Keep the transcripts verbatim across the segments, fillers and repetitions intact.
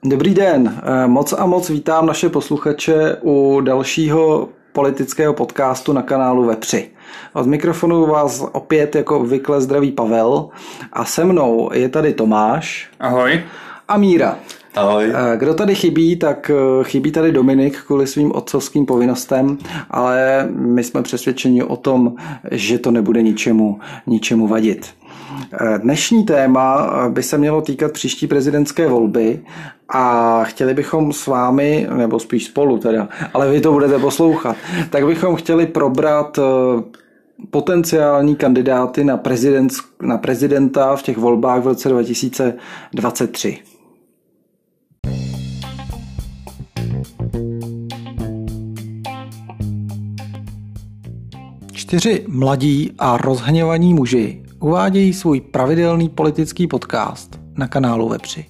Dobrý den, moc a moc vítám naše posluchače u dalšího politického podcastu na kanálu Vepři. Od mikrofonu vás opět jako obvykle zdraví Pavel a se mnou je tady Tomáš. Ahoj. A Míra. Ahoj. Kdo tady chybí, tak chybí tady Dominik kvůli svým otcovským povinnostem, ale my jsme přesvědčeni o tom, že to nebude ničemu, ničemu vadit. Dnešní téma by se mělo týkat příští prezidentské volby a chtěli bychom s vámi, nebo spíš spolu teda, ale vy to budete poslouchat, tak bychom chtěli probrat potenciální kandidáty na, prezident, na prezidenta v těch volbách v roce dva tisíce dvacet tři. Čtyři mladí a rozhněvaní muži uvádějí svůj pravidelný politický podcast na kanálu Vepři.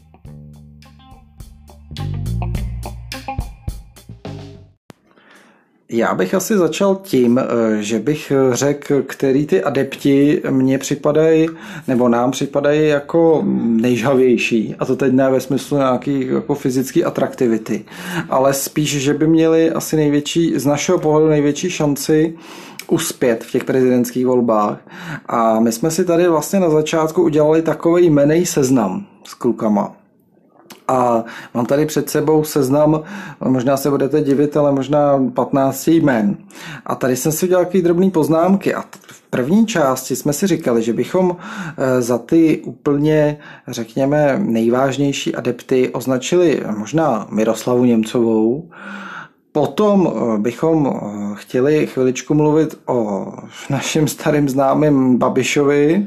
Já bych asi začal tím, že bych řekl, který ty adepti mně připadají, nebo nám připadají jako nejžhavější, a to teď ne ve smyslu nějaký jako fyzické atraktivity, ale spíš, že by měli asi největší, z našeho pohledu největší šanci uspět v těch prezidentských volbách. A my jsme si tady vlastně na začátku udělali takový jmenný seznam s klukama. A mám tady před sebou seznam, možná se budete divit, ale možná patnáct jmen. A tady jsem si udělal takové drobné poznámky. A v první části jsme si říkali, že bychom za ty úplně, řekněme, nejvážnější adepty označili možná Miroslavu Němcovou. Potom bychom chtěli chviličku mluvit o našem starým známém Babišovi.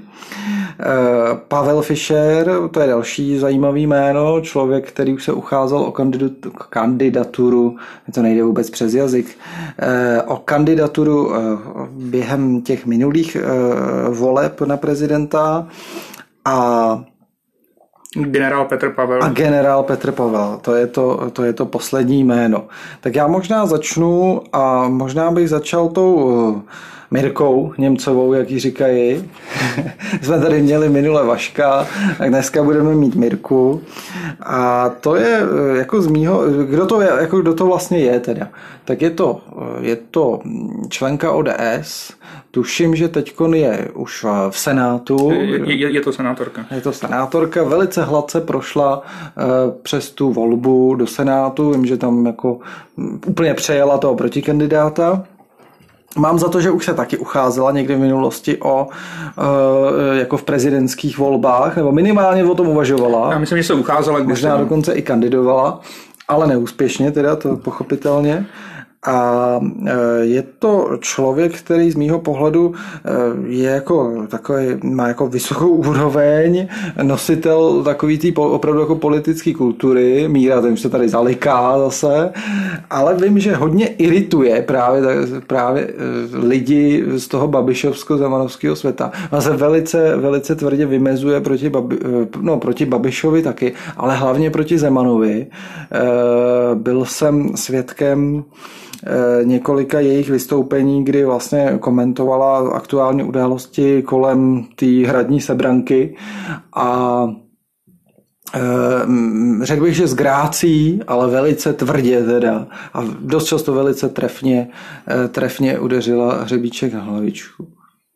Pavel Fischer, to je další zajímavý jméno, člověk, který už se ucházel o kandidaturu, to nejde vůbec přes jazyk, o kandidaturu během těch minulých voleb na prezidenta a Generál Petr Pavel. A generál Petr Pavel, to je to, to je to poslední jméno. Tak já možná začnu a možná bych začal tou Mirkou Němcovou, jak ji říkají. Jsme tady měli minule Vaška, tak dneska budeme mít Mirku. A to je jako z mýho, kdo to, je, jako kdo to vlastně je teda. Tak je to, je to členka O D S, tuším, že teďkon je už v Senátu. Je, je, je to senátorka. Je to senátorka, velice hladce prošla přes tu volbu do Senátu, vím, že tam jako úplně přejela toho protikandidáta. Mám za to, že už se taky ucházela někdy v minulosti o jako v prezidentských volbách, nebo minimálně o tom uvažovala. Já myslím, že se ucházela. Možná dokonce i kandidovala, ale neúspěšně teda, to pochopitelně. A je to člověk, který z mýho pohledu je jako takový, má jako vysokou úroveň, nositel takový tý opravdu jako politické kultury, Míra, ten už se tady zaliká zase, ale vím, že hodně irituje právě, právě lidi z toho babišovsko-zemanovského světa. On se velice, velice tvrdě vymezuje proti, Babi, no, proti Babišovi taky, ale hlavně proti Zemanovi. Byl jsem svědkem několika jejich vystoupení, kdy vlastně komentovala aktuální události kolem té hradní sebranky a řekl bych, že s grácí, ale velice tvrdě teda a dost často velice trefně, trefně udeřila hřebíček na hlavičku.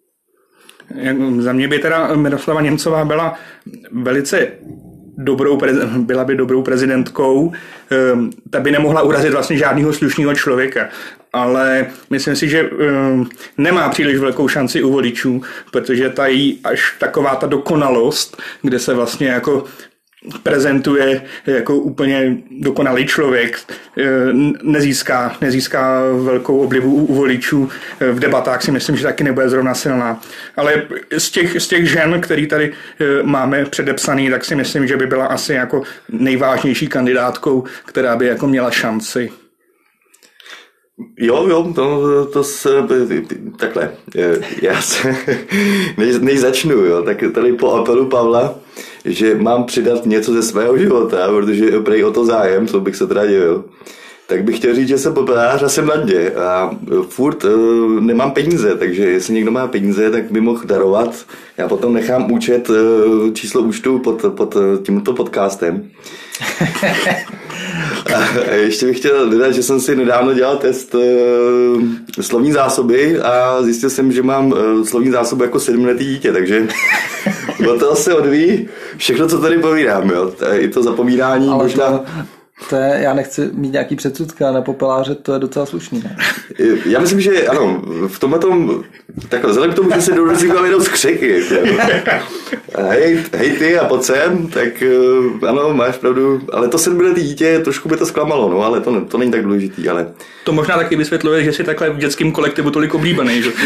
Za mě by teda Miroslava Němcová byla velice dobrou, byla by dobrou prezidentkou, ta by nemohla urazit vlastně žádného slušného člověka, ale myslím si, že nemá příliš velkou šanci u voličů, protože ta jí až taková ta dokonalost, kde se vlastně jako prezentuje jako úplně dokonalý člověk, nezíská, nezíská velkou oblibu u voličů. V debatách si myslím, že taky nebude zrovna silná. Ale z těch, z těch žen, který tady máme předepsaný, tak si myslím, že by byla asi jako nejvážnější kandidátkou, která by jako měla šanci. Jo, jo, to, to se, takhle, já se, než, než začnu, jo, tak tady po apelu Pavla, že mám přidat něco ze svého života, protože je prej o to zájem, co bych se teda divil, tak bych chtěl říct, že jsem populář a jsem na dně a furt uh, nemám peníze, takže jestli někdo má peníze, tak by mohl darovat. Já potom nechám účet, uh, číslo účtu pod, pod tímto podcastem. A ještě bych chtěl dodat, že jsem si nedávno dělal test uh, slovní zásoby a zjistil jsem, že mám uh, slovní zásobu jako sedmiletý dítě, takže od toho se odvíjí všechno, co tady povídám, jo. I to zapomínání. Ale možná... to, to je, já nechci mít nějaký předsudka na popeláře, to je docela slušný. Ne? Já myslím, že ano, v tomhle tom, takhle, vzhledem k tomu, že se dorazíval jenom z křiky. Hej, hej ty a pojď sem, tak ano, máš pravdu, ale to sedmiletý dítě, trošku by to zklamalo, no, ale to, to není tak důležitý, ale... To možná taky vysvětluje, že jsi takhle v dětském kolektivu tolik oblíbený, že?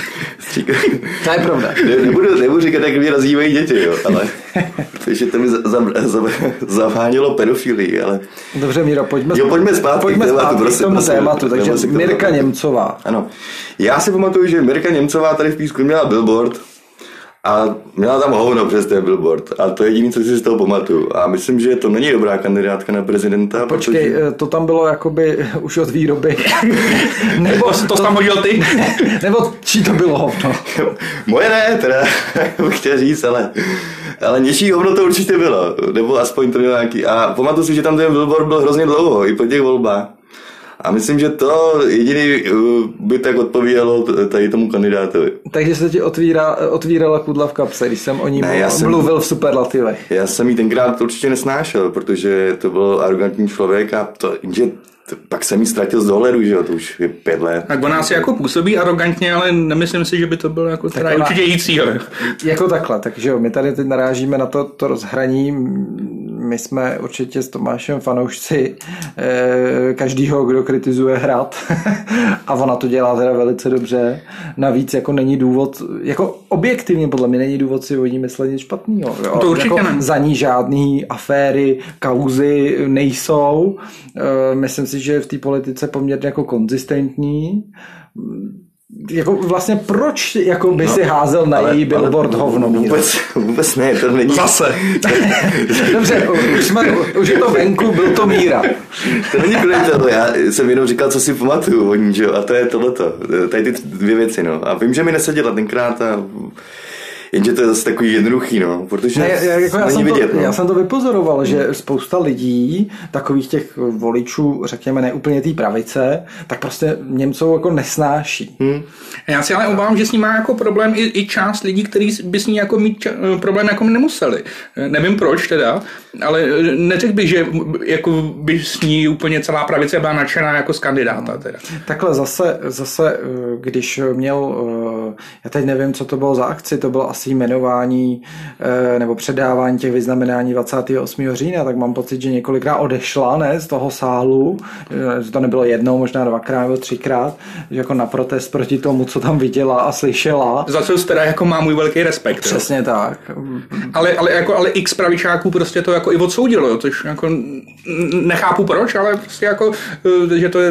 To je pravda. Ne, nebudu, nebudu říkat, jak mě nazývají děti, jo, ale... Takže to mi zavánilo pedofilii, ale... Dobře, Míro, pojďme, jo, pojďme zpátky, pojďme tématu, zpátky prosím, k tomu prosím, tématu. Takže Mirka tématu. Němcová. Ano. Já si pamatuju, že Mirka Němcová tady v Písku měla billboard a měla tam hovno přes ten billboard. A to je jediné, co si z toho pamatuju. A myslím, že to není dobrá kandidátka na prezidenta. Počkej, protože... to tam bylo jakoby už od výroby. Nebo to, to tam hodil ty? Nebo čí to bylo hovno? Moje ne, teda bych chtěl říct, ale, ale něčí hovno to určitě bylo. Nebo aspoň to bylo nějaký. A pamatuju si, že tam ten billboard byl hrozně dlouho, i po těch volbách. A myslím, že to jediný by tak odpovídalo tady tomu kandidátovi. Takže se ti otvírá, otvírala kudla v kapse, když jsem o ní ne, mluvil jsem, v superlativech. Já jsem jí tenkrát určitě nesnášel, protože to byl arrogantní člověk a to, že pak jsem jí ztratil z dohledu, že jo, to už je pět let. Tak ona si jako působí arrogantně, ale nemyslím si, že by to bylo jako teda ona, určitě její cíl. Jako takhle, takže jo, my tady teď narážíme na to, to rozhraní. My jsme určitě s Tomášem fanoušci eh, každýho, kdo kritizuje hrad a ona to dělá teda velice dobře. Navíc jako není důvod, jako objektivně podle mě není důvod si o ní myslet nic špatného. To určitě jako ne. Za ní žádný aféry, kauzy nejsou. Eh, myslím si, že je v té politice poměrně jako konzistentní. Jako vlastně proč jako by no, si házel na ale, její billboard ale, hovno? Vůbec, vůbec ne, to není. Zase. Dobře, už, jsme, už je to venku, byl to Míra. To není kvůli toho, já jsem jenom říkal, co si pamatuju o ní, že? A to je tohleto, tady ty dvě věci, no. A vím, že mi neseděla tenkrát a jenže to je zase takový jednoduchý, no, protože ne, jako já, jsem vidět, to, no. já jsem to vypozoroval, hmm. že spousta lidí, takových těch voličů, řekněme, neúplně té pravice, tak prostě Němcovou jako nesnáší. Hmm. Já si ale obávám, že s ní má jako problém i, i část lidí, kteří by s ní jako mít ča, problém jako nemuseli. Nevím proč teda, ale neřekl bych, že jako by s ní úplně celá pravice byla nadšená jako z kandidáta. Teda. Takhle zase, zase, když měl, já teď nevím, co to bylo za akci, to bylo asi jmenování nebo předávání těch vyznamenání dvacátého osmého října, tak mám pocit, že několikrát odešla, ne, z toho sálu, to nebylo jednou, možná dvakrát nebo třikrát, že jako na protest proti tomu, co tam viděla a slyšela. Za co teda jako má můj velký respekt. Přesně jo. Tak. Ale, ale, jako, ale x pravičáků prostě to jako i odsoudilo, jo, což jako nechápu proč, ale prostě jako, že to je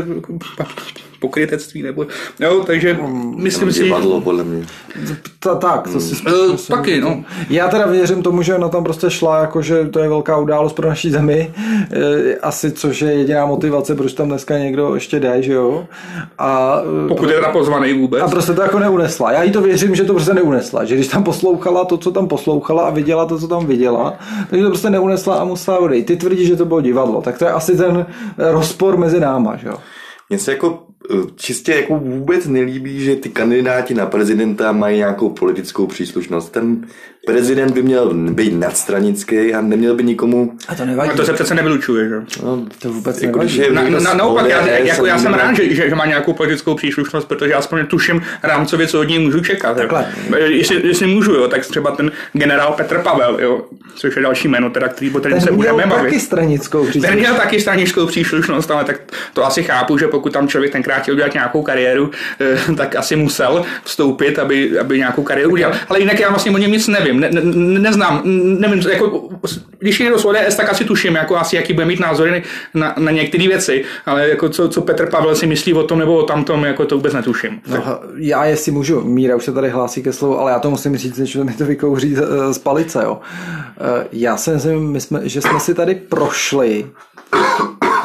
pokrytectví nebo, jo, takže myslím si... Divadlo, podle mě. Ta, tak, to si uh, taky, no. Já teda věřím tomu, že ona tam prostě šla, jako, že to je velká událost pro naší zemi, e, asi, což je jediná motivace, proč tam dneska někdo ještě jde, že jo. A, pokud je teda pozvaný vůbec. A prostě to jako neunesla. Já jí to věřím, že to prostě neunesla, že když tam poslouchala to, co tam poslouchala a viděla to, co tam viděla, takže to prostě neunesla a musela odejít. Ty tvrdíš, že to bylo divadlo, tak to je asi ten rozpor mezi náma, že jo. Mně se jako čistě jako vůbec nelíbí, že ty kandidáti na prezidenta mají nějakou politickou příslušnost. Ten prezident by měl být nadstranický a neměl by nikomu... A to nevadí. A to se přece nevylučuje, že? No, to vůbec jako nevadí. Na, na, naopak, já, jako já jsem rád, že, že, že má nějakou politickou příslušnost, protože aspoň tuším rámcově, co od něj můžu čekat. Jestli, jestli můžu, jo, tak třeba ten generál Petr Pavel, jo, což je další jméno, teda, který, o kterém se budeme bavit. Ten měl taky stranickou příslušnost. Ten měl taky stranickou příslušnost, ale tak to asi chápu, že pokud tam člověk tenkrát chtěl udělat nějakou kariéru, tak asi musel vstoupit, aby, aby nějakou kariéru udělal. Ale jinak já vlastně o něm nic nevím, ne, ne, neznám, nevím, jako, když jde do O D S, tak asi tuším, jako asi jaký bude mít názory na, na některé věci, ale jako co, co Petr Pavel si myslí o tom nebo o tamtom, jako to vůbec netuším. No, já jestli můžu, Míra už se tady hlásí ke slovu, ale já to musím říct, že mi to vykouří z palice, jo. Já si myslím, my jsme, že jsme si tady prošli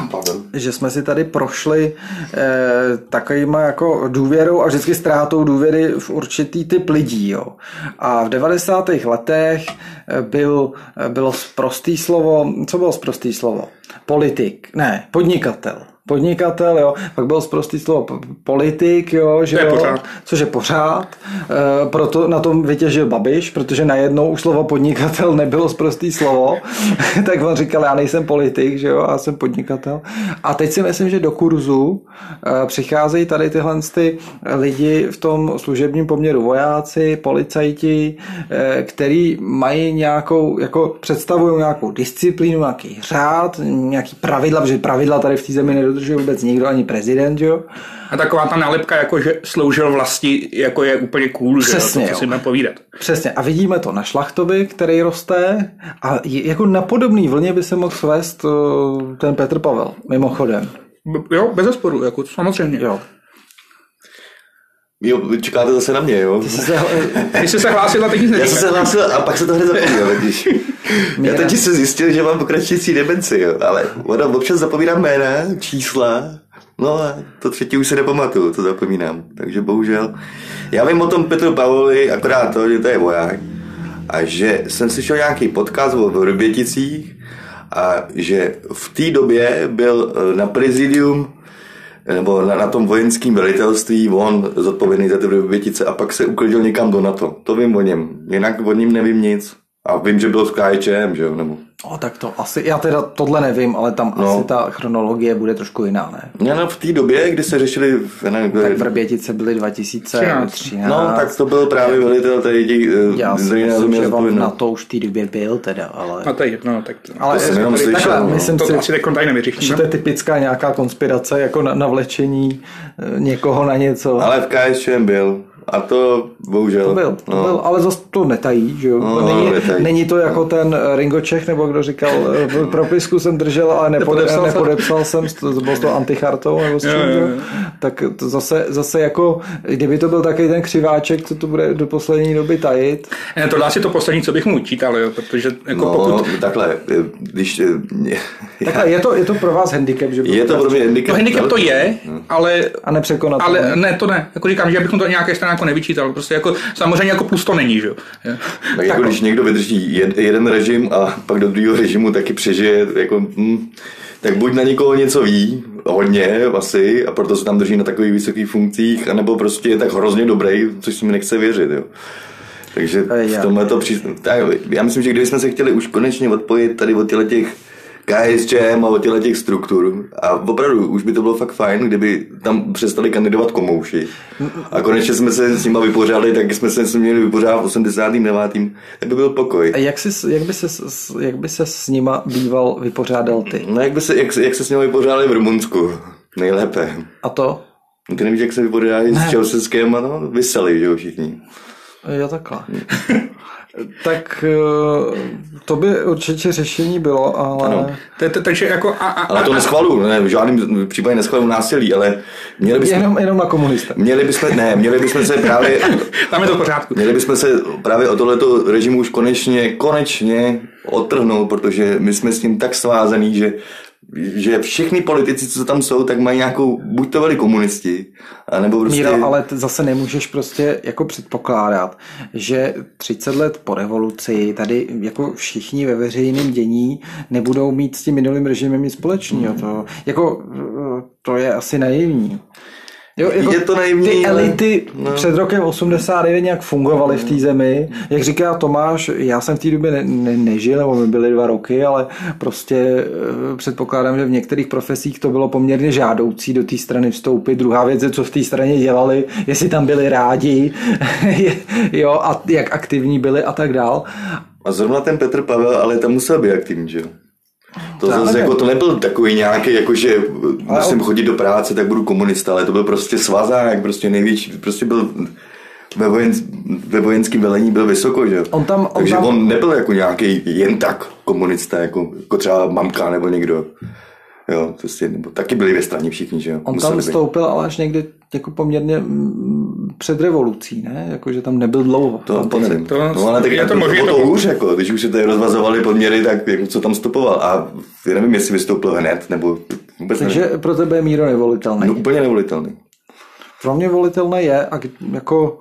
že jsme si tady prošli eh, takovýma jako důvěrou a vždycky ztrátou důvěry v určitý typ lidí. Jo. A v devadesátých letech byl, bylo sprostý slovo, co bylo sprostý slovo? Politik, ne, podnikatel. Podnikatel, jo, pak bylo sprostý slovo politik, jo, že jo, což je pořád, e, proto na tom vytěžil Babiš, protože najednou už slovo podnikatel nebylo sprostý slovo, tak on říkal, já nejsem politik, že jo, já jsem podnikatel. A teď si myslím, že do kurzu e, přicházejí tady tyhle ty lidi v tom služebním poměru, vojáci, policajti, e, který mají nějakou, jako představují nějakou disciplínu, nějaký řád, nějaký pravidla, protože pravidla tady v té zemi nedodržuje vůbec nikdo, ani prezident, jo. A taková ta nálepka, jako že sloužil vlasti, jako je úplně cool, přesně, že to, co si máme povídat. Přesně. A vidíme to na Šlachtovi, který roste a jako na podobný vlně by se mohl svést ten Petr Pavel, mimochodem. Jo, bez zesporu, jako samozřejmě. Jo. Jo, čekáte zase na mě, jo? Ty jsi se, ty jsi se hlásil a teď nic neříká. Já jsem se hlásil a pak se to hned zapomněl, když... Já teď jsem zjistil, že mám pokračující demenci, jo, ale ono, občas zapomínám jména, čísla, no a to třetí už se nepamatuju, to zapomínám, takže bohužel. Já vím o tom Petru Pavlovi akorát to, že to je voják a že jsem slyšel nějaký podcast o Vrběticích a že v té době byl na prezidium nebo na, na tom vojenském velitelství on zodpovědný za ty Vrbětice a pak se uklidil někam do NATO. To vím o něm. Jinak o něm nevím nic. A vím, že byl v K Č M, že jo? Nebo... O, tak to asi, já teda tohle nevím, ale tam no. asi ta chronologie bude trošku jiná, ne? Já no, v té době, kdy se řešili... Ne, tak Vrbětice byly dva tisíce třináct. No, tak to byl právě velitel tady těch... Já si myslím, že vám na to už v té době byl teda, ale... A to je jedno, tak... Ale to jsem jenom slyšel. Takhle, no. myslím to si, asi tady nevyřešíme. Že to je typická nějaká konspirace, jako na, navlečení někoho na něco. Ale v K S Č M byl. A to bohužel. To byl, to no. byl, ale zase to netají, že jo? No, není, netají. není to jako ten Ringo Čech, nebo kdo říkal, propisku jsem držel, ale nepodepsal, nepodepsal jsem, to bylo to antichartou, nebo s čím, jo, jo, jo. Tak to zase, zase jako, kdyby to byl takový ten křiváček, co to bude do poslední doby tajit. Ne, to asi to poslední, co bych mu učítal, jo, protože jako no, pokud... takhle, když... Takhle, je to, je to pro vás handicap, že? Je to pro mě handicap. To handicap to je, ale... A nepřekonat. Ale ne, to ne. Jako říkám, že bych mu to nějaké strany jako nevyčítal. Prostě jako, samozřejmě jako plus to není, že jo. Tak jako když někdo vydrží jed, jeden režim a pak do druhého režimu taky přežije, jako, hm, tak buď na někoho něco ví, hodně asi, a proto se tam drží na takových vysokých funkcích, anebo prostě je tak hrozně dobrý, což si mi nechce věřit, jo. Takže v tomhle to při... tak, já myslím, že kdybychom se chtěli už konečně odpojit tady od těchto těch K S Č M a od těchto těch struktur a opravdu už by to bylo fakt fajn, kdyby tam přestali kandidovat komouši a konečně jsme se s nima vypořádali, tak jsme se s nimi měli vypořádat v osmdesátém devátém tak by byl pokoj. A jak, jsi, jak, by se, jak by se s nima býval vypořádal ty? No jak, by se, jak, jak se s nimi vypořádali v Rumunsku nejlépe. A to? Ty nevíš, jak se vypořádali s Čelseském a no, vyseli, že jo, všichni. Jo, takhle. Tak to by určitě řešení bylo, ale... Takže jako... A, a, ale to neschvaluju, ne, v žádném případě neschvaluju násilí, ale měli bychom... Jenom, jenom na komunisté. Měli bychom, ne, měli bychom se právě... Tam je to v pořádku. Měli bychom se právě od tohleto režimu už konečně, konečně odtrhnout, protože my jsme s tím tak svázaný, že že všichni politici, co tam jsou, tak mají nějakou, buď to byli komunisti, anebo prostě... Míro, ale zase nemůžeš prostě jako předpokládat, že třicet let po revoluci tady jako všichni ve veřejném dění nebudou mít s tím minulým režimem nic společného. Mm. To, jako, to je asi naivní. Jo, jako je to naivní, ty elity no. Před rokem osmdesát devět nějak fungovaly v té zemi. Jak říká Tomáš, já jsem v té době ne, ne, nežil, nebo my byli dva roky, ale prostě předpokládám, že v některých profesích to bylo poměrně žádoucí do té strany vstoupit. Druhá věc je, co v té straně dělali, jestli tam byli rádi, jo, a jak aktivní byli a tak dál. A zrovna ten Petr Pavel, ale tam musel být aktivní, že jo? To zase jako to nebyl takový nějaký, jakože musím chodit do práce, tak budu komunista, ale to byl prostě svazák, prostě největší, prostě byl ve, vojen, ve vojenském velení byl vysoko, že? On tam, on Takže tam... on nebyl jako nějaký jen tak komunista, jako, jako třeba mamka nebo někdo. Jo, prostě, nebo taky byli ve straně všichni, že jo. On tam vstoupil, ale až někdy jako poměrně před revolucí, ne? Jako, že tam nebyl dlouho. To, to nevím. To, no, ale tak je to to, možná to hůř, jako, když už se tady rozvazovali podměry, tak jako, co tam vstupoval. A já nevím, jestli vystoupil hned, nebo vůbec Takže nevím. pro tebe je Míro nevolitelný. No, úplně nevolitelný. Pro mě volitelné je, a jako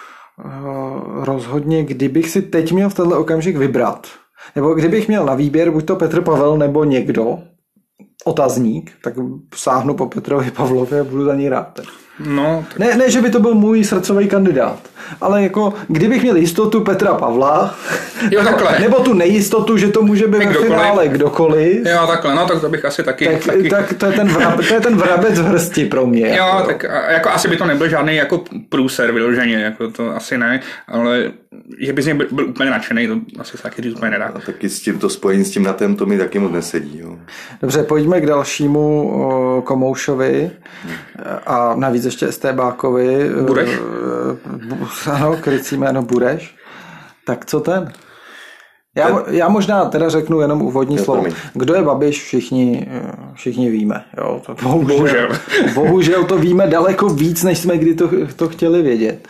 uh, rozhodně, kdybych si teď měl v tenhle okamžik vybrat, nebo kdybych měl na výběr buď to Petr Pavel nebo někdo, otazník, tak sáhnu po Petrovi Pavlovi a budu za ní rád. No, tak... ne, ne, že by to byl můj srdcový kandidát, ale jako kdybych měl jistotu Petra Pavla, jo, takhle. nebo tu nejistotu, že to může být ve finále kdokoliv, jo, takhle, no tak to bych asi taky... tak, taky... tak to, je ten vrab, to je ten vrabec v hrsti pro mě. Jo, jako. tak jako asi by to nebyl žádný jako průser vyloženě, jako to asi ne, ale že by z něj byl, byl úplně nadšený, to asi se taky říct úplně nedá. A taky s tím to spojení s tím natem, to mi taky moc nesedí. Jo. Dobře, pojďme k dalšímu o, Komoušovi a navíc ještě Estébákovi. Bureš? Ano, krycí jméno Bureš. Tak co ten? Já, já možná teda řeknu jenom úvodní slovo. Kdo je Babiš, všichni, všichni víme. Jo, to bohužel, bohužel. bohužel to víme daleko víc, než jsme kdy to, to chtěli vědět.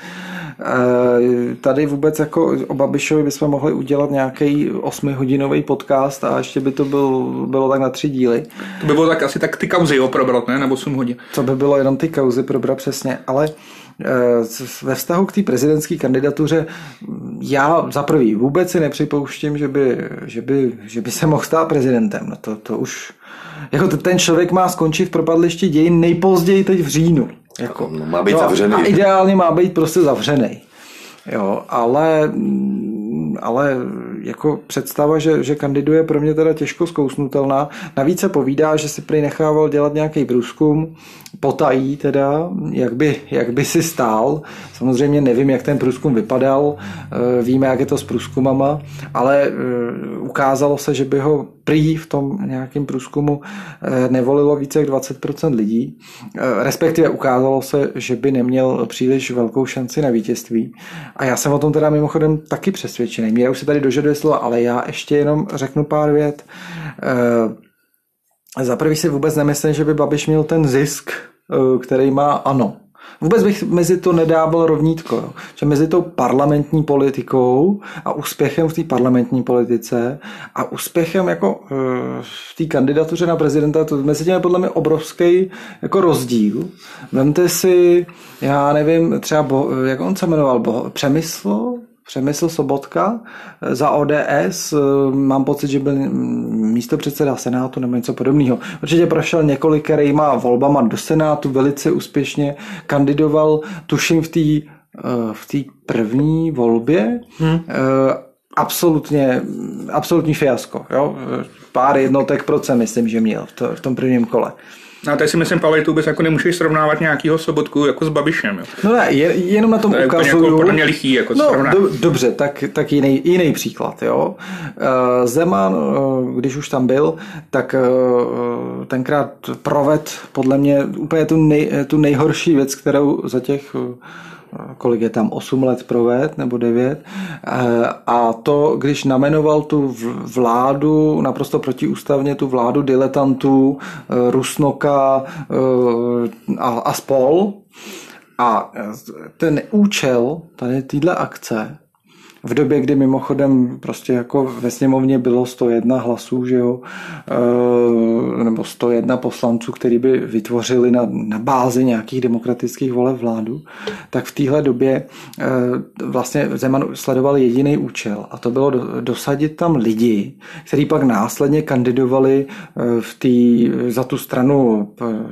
Tady vůbec jako o Babišovi bychom mohli udělat nějaký osmihodinový podcast a ještě by to byl, bylo tak na tři díly. To by bylo tak asi tak ty kauzy jo, probrat, ne? Nebo osm hodin. To by bylo jenom ty kauzy probrat přesně, ale ve vztahu k té prezidentské kandidatuře já za prvý vůbec si nepřipouštím, že by, že by, že by se mohl stát prezidentem. No to, to už jako ten člověk má skončit v propadlišti dějin nejpozději teď v říjnu. Jako, no, má být no, zavřený. A ideálně má být prostě zavřený. Jo, ale, ale jako představa, že, že kandiduje, pro mě teda těžko zkousnutelná. Navíc se povídá, že si prý nechával dělat nějaký průzkum, potají teda, jak by, jak by si stál. Samozřejmě nevím, jak ten průzkum vypadal, víme, jak je to s průzkumama, ale ukázalo se, že by ho prý v tom nějakém průzkumu nevolilo více jak dvacet procent lidí. Respektive ukázalo se, že by neměl příliš velkou šanci na vítězství. A já jsem o tom teda mimochodem taky přesvědčený. Míra už se tady dožaduje slova, ale já ještě jenom řeknu pár vět. Za prvý si vůbec nemyslím, že by Babiš měl ten zisk, který má ANO. Vůbec bych mezi to nedával rovnítko. Jo. Že mezi tou parlamentní politikou a úspěchem v té parlamentní politice a úspěchem jako v té kandidatuře na prezidenta, to mezi tím je podle mě obrovský jako rozdíl. Vemte si, já nevím, třeba, Bo, jak on se jmenoval, Bo, Přemysl? Přemysl Sobotka za O D S, mám pocit, že byl místopředseda Senátu nebo něco podobného. Určitě prošel několikérejma volbama do Senátu, velice úspěšně kandidoval, tuším v té v té první volbě. Hmm. Absolutně, absolutní fiasko. Jo? Pár jednotek procent, myslím, že měl v, to, v tom prvním kole. A tady si myslím, Pavel, tu vůbec jako nemůžeš srovnávat nějakýho Sobotku jako s Babišem. Jo. No ne, je, jenom na tom to ukazuju. Jako podle mě lichý, jako no, do, dobře, tak, tak jiný, jiný příklad. Jo. Zeman, když už tam byl, tak tenkrát proved podle mě úplně tu, nej, tu nejhorší věc, kterou za těch kolik je tam, osm let proved, nebo devět. A to, když namenoval tu vládu, naprosto protiústavně tu vládu diletantů, Rusnoka a, a spol. A ten účel tady téhle akce v době, kdy mimochodem prostě jako ve sněmovně bylo sto jedna hlasů, že jo, e, nebo sto jedna poslanců, který by vytvořili na, na bázi nějakých demokratických voleb vládu, tak v téhle době e, vlastně Zeman sledoval jediný účel a to bylo do, dosadit tam lidi, kteří pak následně kandidovali v tý, za tu stranu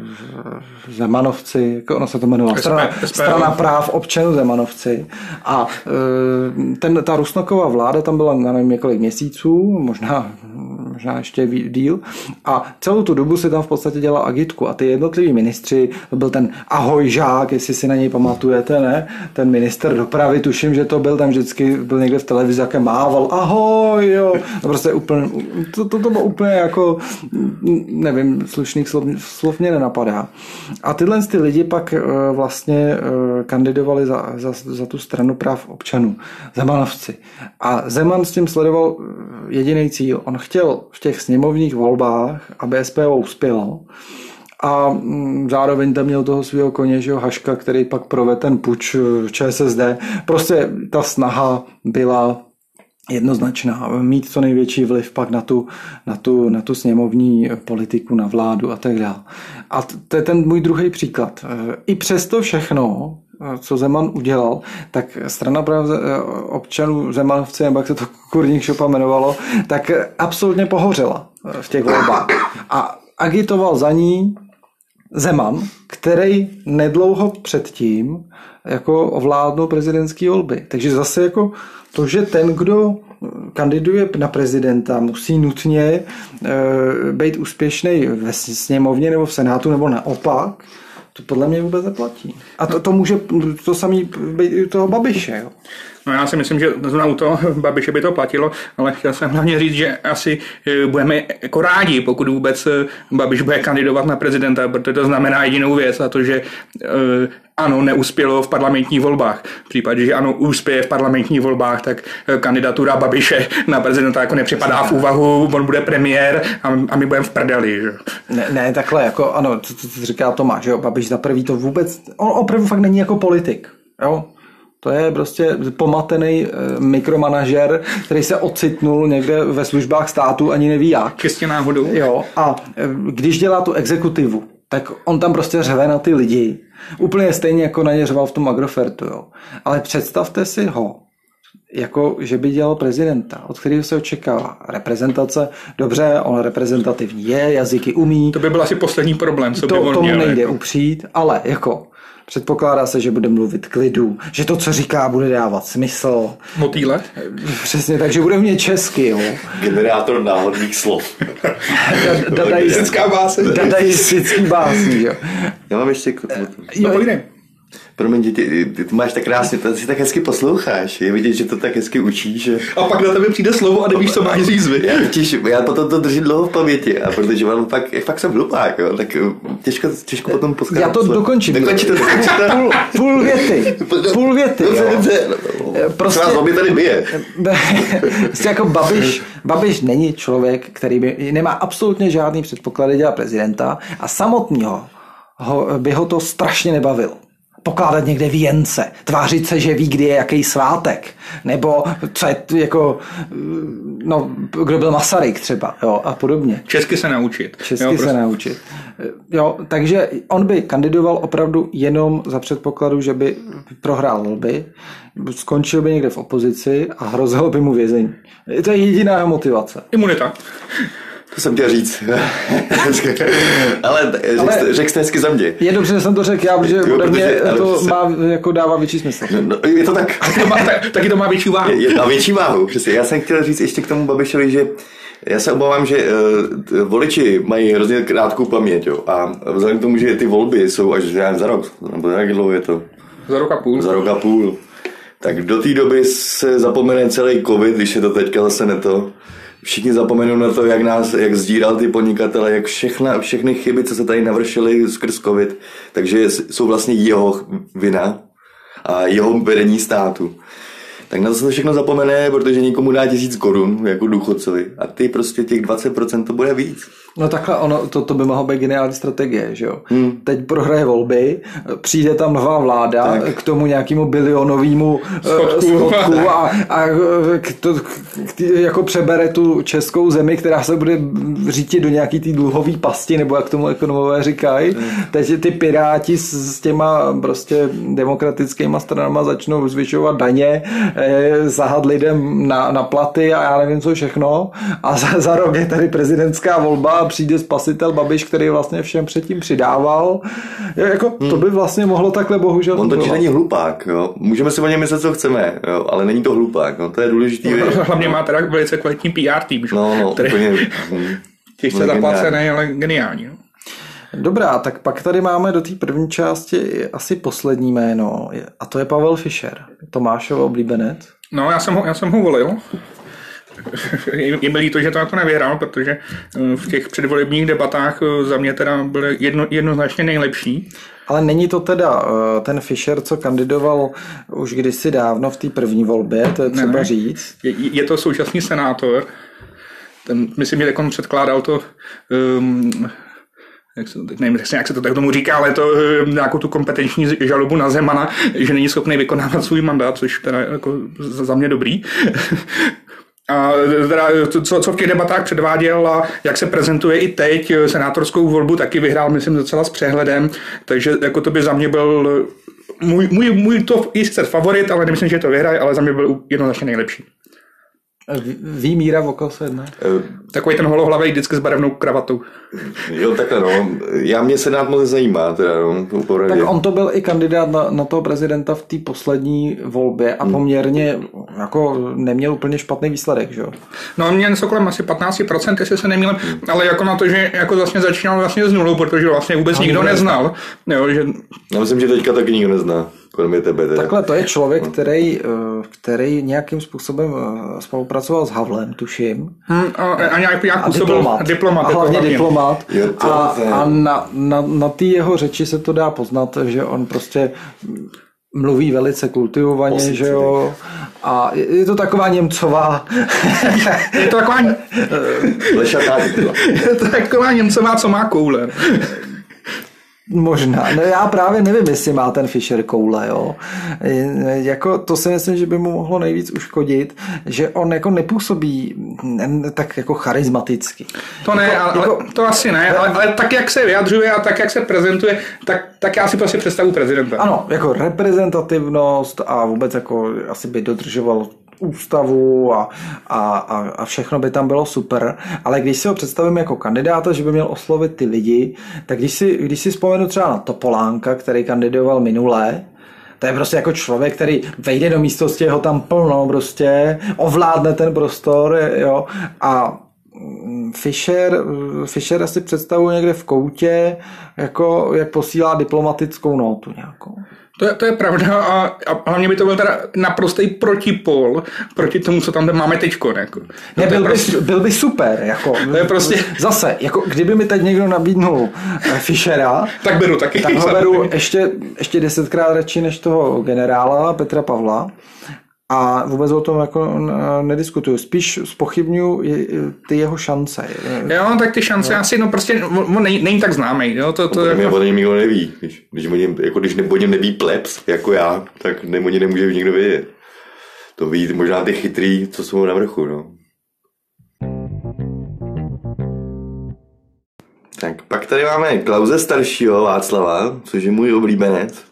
Zemanovci, jako ono se to jmenovalo, strana, strana práv občanů Zemanovci a e, ten ta Rusnokova vláda tam byla na nevím několik měsíců, možná, možná ještě díl a celou tu dobu si tam v podstatě dělal agitku a ty jednotliví ministři, to byl ten Ahoj Žák, jestli si na něj pamatujete, ne? Ten minister dopravy, tuším, že to byl, tam vždycky byl někde v televizi, jaké mával, ahoj, jo. No prostě úplně, to, to, to bylo úplně jako, nevím, slušných slov, slov mě nenapadá. A tyhle ty lidi pak vlastně kandidovali za, za, za tu stranu práv občanů, Zemanovci. A Zeman s tím sledoval jediný cíl. On chtěl v těch sněmovních volbách, aby S P O uspělo. A zároveň tam měl toho svého koně, že jo, Haška, který pak provedl ten puč Č S S D. Prostě ta snaha byla jednoznačná, mít co největší vliv pak na tu, na tu, na tu sněmovní politiku, na vládu a tak dále. A to je ten můj druhý příklad. I přesto všechno, co Zeman udělal, tak strana občanů Zemanovci, nebo jak se to kurník šopa jmenovalo, tak absolutně pohořela v těch volbách. A agitoval za ní Zeman, který nedlouho předtím jako ovládnul prezidentské volby. Takže zase jako to, že ten, kdo kandiduje na prezidenta, musí nutně e, být úspěšný ve sněmovně nebo v senátu nebo naopak, to podle mě vůbec neplatí. A to, to může to samý být i u toho Babiše. Jo? No já si myslím, že zrovna u toho Babiše by to platilo, ale chtěl jsem hlavně říct, že asi budeme jako rádi, pokud vůbec Babiš bude kandidovat na prezidenta, protože to znamená jedinou věc, a to, že ano, neuspělo v parlamentních volbách. V případě, že ano, uspěje v parlamentních volbách, tak kandidatura Babiše na prezidenta jako nepřipadá v úvahu, on bude premiér a, a my budeme v prdeli. Že? Ne, ne, takhle, jako ano, co, co, co říká Tomáš, jo, Babiš za prvý to vůbec, on opravdu fakt není jako politik, jo. To je prostě pomatený mikromanažer, který se ocitnul někde ve službách státu, ani neví jak. Čistě náhodou. Jo, a když dělá tu exekutivu, tak on tam prostě řve na ty lidi. Úplně stejně jako na ně řval v tom Agrofertu, jo. Ale představte si ho, jako že by dělal prezidenta, od kterého se očekává reprezentace. Dobře, on reprezentativní je, jazyky umí. To by byl asi poslední problém, co to, by on tomu měl. nejde jako. upřít, ale jako předpokládá se, že bude mluvit klidu, že to, co říká, bude dávat smysl. Motýle? Přesně, takže bude umět česky, jo. Generátor náhodných slov. Dadaistický básní. Dadaistický básní, jo. Já mám ještě... No, povídej. Promiň, ty, ty, ty, ty máš tak krásně, ty si tak hezky posloucháš, je vidět, že to tak hezky učíš. Že... A pak na tebe přijde slovo a nevíš, co máš říct, vy. Já, těž, já potom to držím dlouho v paměti, a protože mám fakt, fakt jsem hlupák, jo, tak těžko, těžko potom poskávat. Já to dokončím. Dokončí to, dokončí to. Půl, půl věty. Půl věty, dobře, jo. Dobře, prostě... Vás obě tady bije. Prostě jako Babiš, Babiš není člověk, který by, nemá absolutně žádný předpoklady dělat prezidenta a samotného ho, by ho to strašně nebavilo. Pokládat někde věnce, tvářit se, že ví, kdy je jaký svátek, nebo co je jako, no, kdo byl Masaryk třeba, jo, a podobně. Česky se naučit. Česky jo, se prostě. naučit. Jo, takže on by kandidoval opravdu jenom za předpokladu, že by prohrál volby, skončil by někde v opozici a hrozilo by mu vězení. To je jediná motivace. Imunita. To jsem chtěl říct. Ale, Ale řekl jste hezky za mě. Je dobře, že jsem to řekl já, protože jo, ode mě protože, to se... má, jako dává větší smysl. No, no, je to tak. Taky to má, tak, taky to má větší váhu. Je, je, má větší váhu, přesně. Já jsem chtěl říct ještě k tomu Babišovi, že já se obávám, že uh, voliči mají hrozně krátkou paměť, jo. A vzhledem k tomu, že ty volby jsou až za rok, nebo jak dlouho je to? Za rok a půl. Za rok a půl. Tak do té doby se zapomene celý covid, když je to teďka zase neto. Všichni zapomenou na to, jak nás, jak zdíral ty podnikatele, jak všechna, všechny chyby, co se tady navršily skrz covid, takže jsou vlastně jeho vina a jeho vedení státu. Tak na to se všechno zapomene, protože nikomu dá tisíc korun jako důchodcovi a ty prostě těch dvacet procent to bude víc. No takhle, ono, to, to by mohla být geniální strategie, že jo. Hmm. Teď prohraje volby, přijde tam nová vláda tak. K tomu nějakému bilionovému schodku, schodku a, a k to, k, jako přebere tu českou zemi, která se bude řítit do nějaký té dluhové pasti, nebo jak tomu ekonomové říkají. Hmm. Teď ty piráti s, s těma prostě demokratickýma stranama začnou zvyšovat daně, eh, zahat lidem na, na platy a já nevím co všechno. A za, za rok je tady prezidentská volba, přijde spasitel Babiš, který vlastně všem předtím přidával. Jako, hmm. To by vlastně mohlo takhle bohužel. On totiž není hlupák, jo. Můžeme si o něm myslet, co chceme, jo, ale není to hlupák, no. To je důležitý. No, hlavně má teda velice kvalitní P R tým, no, no, který úplně, těžce zaplacený, ale geniální. No. Dobrá, tak pak tady máme do té první části asi poslední jméno a to je Pavel Fischer, Tomášov oblíbenec. No, já jsem ho, já jsem ho volil. Je mi líto, že to jako nevyhrál, protože v těch předvolebních debatách za mě teda byl jedno, jednoznačně nejlepší. Ale není to teda ten Fischer, co kandidoval už kdysi dávno v té první volbě, to je třeba ne, ne. říct. Je, je to současný senátor, ten, myslím, že on předkládal to, um, jak se to, teď nevím, jak se to tak tomu říká, ale to nějakou tu kompetenční žalobu na Zemana, že není schopný vykonávat svůj mandát, což teda jako za mě dobrý. A teda, co, co v těch debatách předváděl a jak se prezentuje i teď, senátorskou volbu taky vyhrál, myslím, docela s přehledem, takže jako to by za mě byl můj, můj, můj to jistě favorit, ale nemyslím, že to vyhraje, ale za mě byl jednoznačně nejlepší. Ví Míra v oko se jedná? Takový ten holohlavej vždycky s barevnou kravatou. Jo, takhle no. Já mě Senát moc zajímá. Teda, no, tak on to byl i kandidát na, na toho prezidenta v té poslední volbě a poměrně jako neměl úplně špatný výsledek, že jo? No mě něco kolem asi patnáct procent, jestli se nemýlím, ale jako na to, že jako vlastně začínal vlastně z nulou, protože vlastně vůbec nikdo neznal. Jo, že... Já myslím, že teďka taky nikdo nezná. Kromě tebe. Teda. Takhle to je člověk, který, který nějakým způsobem spolupracoval s Havlem, tuším. Hmm, a, a nějak, nějak a diplomat. diplomat. A hlavně diplomat. Jo, a a na, na, na té jeho řeči se to dá poznat, že on prostě mluví velice kultivovaně, Posici, že jo. A je to taková Němcová. je to taková je to taková Němcová, co má koule. Možná. No já právě nevím, jestli má ten Fischer koule, jo. Jako, to si myslím, že by mu mohlo nejvíc uškodit, že on jako nepůsobí tak jako charismaticky. To ne, jako, ale, jako, to asi ne, ale, ale tak, jak se vyjadřuje a tak, jak se prezentuje, tak, tak já si prostě představu prezidenta. Ano, jako reprezentativnost a vůbec jako asi by dodržoval ústavu a, a, a všechno by tam bylo super, ale když si ho představím jako kandidáta, že by měl oslovit ty lidi, tak když si, když si vzpomenu třeba na Topolánka, který kandidoval minulé, to je prostě jako člověk, který vejde do místnosti, ho tam plno prostě, ovládne ten prostor, jo, a Fischer, Fischer asi představuje někde v koutě, jako jak posílá diplomatickou notu nějakou. To je, to je pravda a, a hlavně by to byl teda naprostý protipol proti tomu, co tam máme teďko. Jako. Ne, byl, prostě... by, byl by super. Jako, to je prostě... Zase, jako kdyby mi teď někdo nabídnul Fischera, tak beru taky. Tak ho beru ještě, ještě desetkrát radši než toho generála Petra Pavla. A vůbec o tom jako nediskutuju. Spíš zpochybňuji ty jeho šance. Jo, tak ty šance jo. asi, no prostě, on není, není tak známý. Jo, to, to no, jako... o něm nikdo neví. Když, když, o něm, jako, když o něm neví plebs, jako já, tak o něm nemůže nikdo vědět. To ví možná ty chytrý, co jsou na vrchu, no. Tak pak tady máme Klause staršího Václava, což je můj oblíbenec.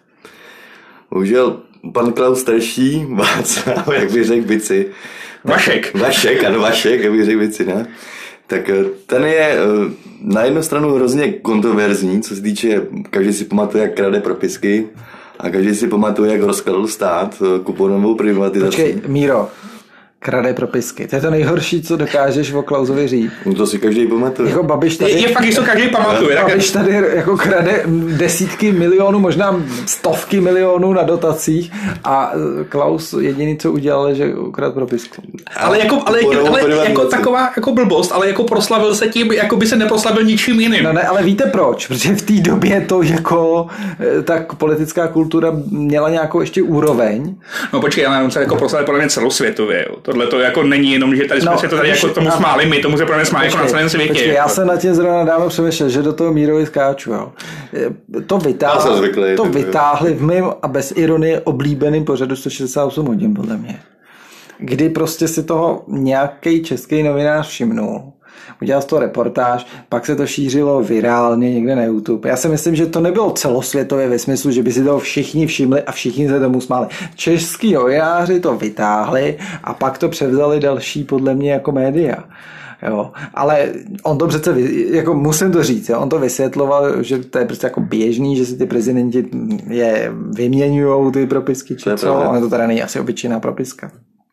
Bohužel pan Klaus starší, Václav, jak by řekl Bici. Vašek. Vašek, ano, Vašek, jak by řekl Bici, ne? Tak ten je na jednu stranu hrozně kontroverzní, co se týče, každý si pamatuje, jak krade propisky a každý si pamatuje, jak rozkladl stát kuponovou privatizací. Počkej, Míro, krade propisky. To je to nejhorší, co dokážeš o Klausovi říct. No to si každý pamatuje. Jako Babiš tady... Je, je fakt, že to každý pamatuje. Babiš tady jako krade desítky milionů, možná stovky milionů na dotacích a Klaus jediný, co udělal, že ukradl propisku. Ale jako, ale, ale jako taková jako blbost, ale jako proslavil se tím, jako by se neproslavil ničím jiným. No ne, ale víte proč? Protože v té době to jako tak politická kultura měla nějakou ještě úroveň. No počkej, ale on se jako proslavil podle mě celosvětově. Jo. Tohle to jako není jenom, že tady jsme no, se to tady jako tomu smáli, my tomu se podle mě smáli jako na celém světě. Počkej, jako. Já jsem na tím zrovna dávno přemýšlel, že do toho Mírovi skáču. Jo. To, vytáhli, zvyklý, to vytáhli v mým a bez ironie oblíbeným pořadu sto šedesát osm hodin podle mě. Kdy prostě si toho nějaký český novinář všimnul. Udělal z toho reportáž, pak se to šířilo virálně někde na YouTube. Já si myslím, že to nebylo celosvětově ve smyslu, že by si toho všichni všimli a všichni se tomu smáli. Český novináři to vytáhli a pak to převzali další podle mě jako média. Jo, ale on to přece, jako musím to říct, jo, on to vysvětloval, že to je prostě jako běžný, že si ty prezidenti je vyměňujou ty propisky, či co, ale to teda není asi obyčejná propiska,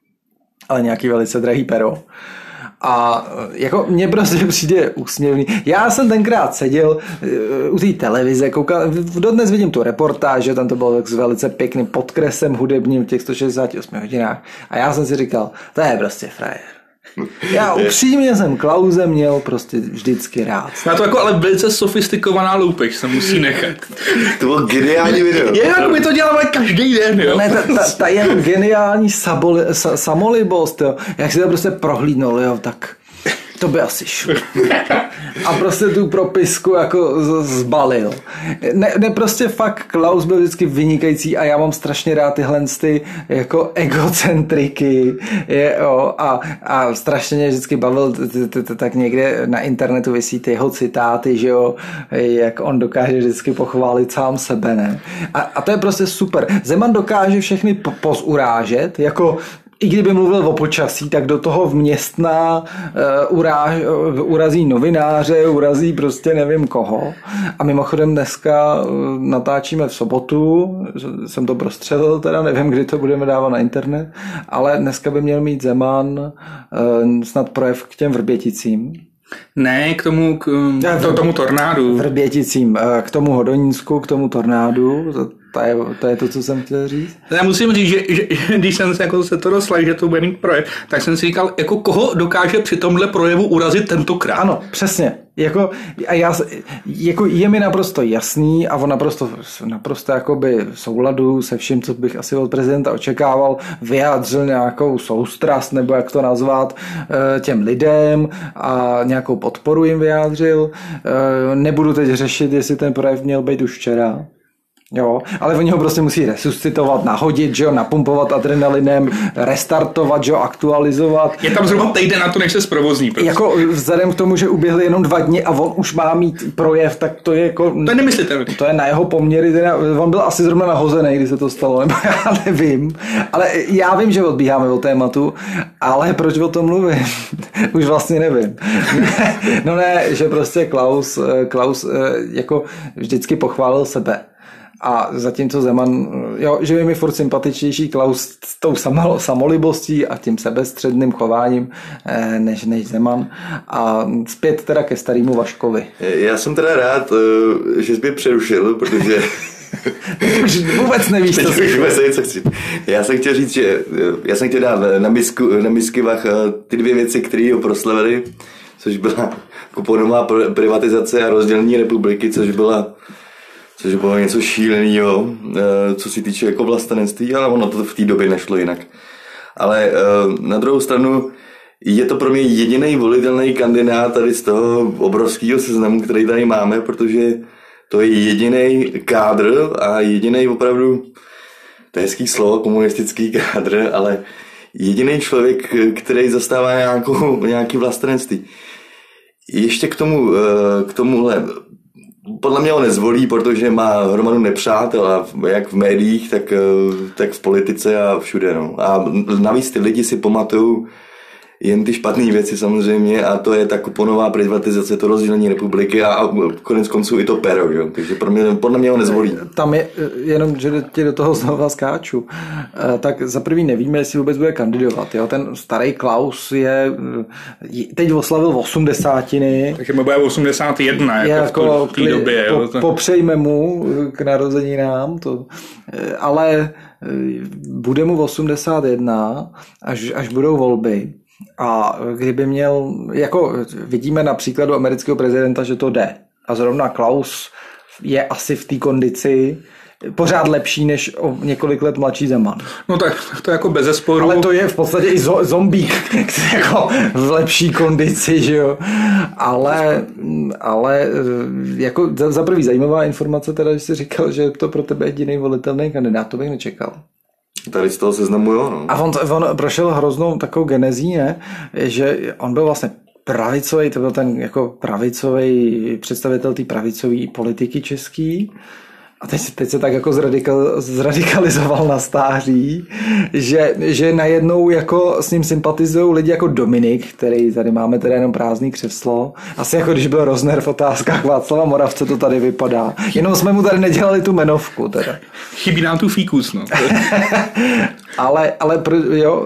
ale nějaký velice drahý pero. A jako mně prostě přijde úsměvný. Já jsem tenkrát seděl u té televize, koukal, dodnes vidím tu reportáž, že tam to bylo tak s velice pěkným podkresem hudebním v těch sto šedesát osm hodinách a já jsem si říkal, to je prostě frajer. Já upřímně jsem Klause měl prostě vždycky rád. Na to jako ale velice sofistikovaná loupež se musí nechat. To bylo geniální video. Je, jako by to dělali každý den, jo. Ne, ta, ta, ta jeho geniální saboli, sa, samolibost, jo. Jak si to prostě prohlídnul, jo, tak To by asi šlo. A prostě tu propisku jako zbalil. Ne, ne prostě fakt Klaus byl vždycky vynikající a já mám strašně rád tyhle ty jako egocentriky jo, a, a strašně mě vždycky bavil tak někde na internetu visí ty jeho citáty, že jo, jak on dokáže vždycky pochválit sám sebe, ne? A, a to je prostě super. Zeman dokáže všechny pozurážet, jako i kdyby mluvil o počasí, tak do toho vměstná uh, uráž, uh, urazí novináře, urazí prostě nevím koho. A mimochodem dneska uh, natáčíme v sobotu, jsem to prostřelil, teda nevím, kdy to budeme dávat na internet, ale dneska by měl mít Zeman uh, snad projev k těm Vrběticím. Ne, k tomu, k to, tomu tornádu. Vrběticím, uh, k tomu Hodonínsku, k tomu tornádu, to, To je, to je to, co jsem chtěl říct. Já musím říct, že, že, že když jsem se, jako se to doslal, že to bude mít projev, tak jsem si říkal, jako koho dokáže při tomhle projevu urazit tentokrát. Ano, přesně. Jako, a já, jako je mi naprosto jasný a on naprosto, naprosto jakoby v souladu se vším, co bych asi od prezidenta očekával, vyjádřil nějakou soustrast, nebo jak to nazvat, těm lidem a nějakou podporu jim vyjádřil. Nebudu teď řešit, jestli ten projev měl být už včera. Jo, ale oni ho prostě musí resuscitovat, nahodit, že jo, napumpovat adrenalinem, restartovat, že jo, aktualizovat. Je tam zhruba týden na to, než se zprovozní. Prostě. Jako vzhledem k tomu, že uběhly jenom dva dny a on už má mít projev, tak to je jako... To je nemyslitelné. To je na jeho poměry, teda, on byl asi zrovna nahozený, když se to stalo, nebo já nevím. Ale já vím, že odbíháme od tématu, ale proč o tom mluvím? Už vlastně nevím. No ne, že prostě Klaus, Klaus jako vždycky pochválil sebe. A zatímco Zeman, jo, že je mi furt sympatičnější Klaus s tou samolibostí a tím sebestředným chováním než, než Zeman. A zpět teda ke starému Vaškovi. Já jsem teda rád, že jsi mě přerušil, protože... Už vůbec nevíš, co si vůbec nevím, co chci. Já jsem chtěl říct, že já jsem chtěl dát na, misku, na miskivách ty dvě věci, které ho proslavili, což byla kuponová privatizace a rozdělení republiky, což byla což bylo něco šíleného, co se týče jako vlastenectví, ale ono to v té době nešlo jinak. Ale na druhou stranu je to pro mě jediný volitelný kandidát tady z toho obrovského seznamu, který tady máme, protože to je jediný kádr a jediný opravdu, to je hezký slovo, komunistický kádr, ale jediný člověk, který zastává nějakou, nějaký vlastenectví. Ještě k tomu, k tomuhle, podle mě ho nezvolí, protože má hromadu nepřátel, a jak v médiích, tak, tak v politice a všude. No. A navíc ty lidi si pamatují jen ty špatné věci samozřejmě, a to je ta kuponová privatizace, to rozdělení republiky a konec konců i to pero. Jo. Takže pro mě, podle mě ho nezvolí. Tam je jenom, že ti do toho znova skáču. Tak za prvý nevíme, jestli vůbec bude kandidovat. Jo. Ten starý Klaus je teď oslavil osmdesátiny. Takže mu bude osmdesát jedna jako, jako v té době. Po, jo. Popřejme mu k narozeninám. To, ale bude mu osmdesát jedna, až, až budou volby. A kdyby měl, jako vidíme na příkladu amerického prezidenta, že to jde. A zrovna Klaus je asi v té kondici pořád lepší než o několik let mladší Zeman. No tak to je jako bezesporu. Ale to je v podstatě i zo- zombík, který jako v lepší kondici, že jo. Ale, ale jako za, za prvý zajímavá informace teda, že jsi říkal, že to pro tebe je jediný volitelný kandidát, to bych nečekal. Tady z toho seznamu, jo. No. A on, on prošel hroznou takovou genezí, ne? Že on byl vlastně pravicový, to byl ten jako pravicový představitel té pravicové politiky český. A teď, teď se tak jako zradikal, zradikalizoval na stáří, že, že najednou jako s ním sympatizují lidi jako Dominik, který tady máme teda jenom prázdný křeslo. Asi jako když byl Rozner v Otázkách Václava Moravce, to tady vypadá. Jenom jsme mu tady nedělali tu jmenovku teda. Chybí nám tu fíkus, no. ale, ale jo,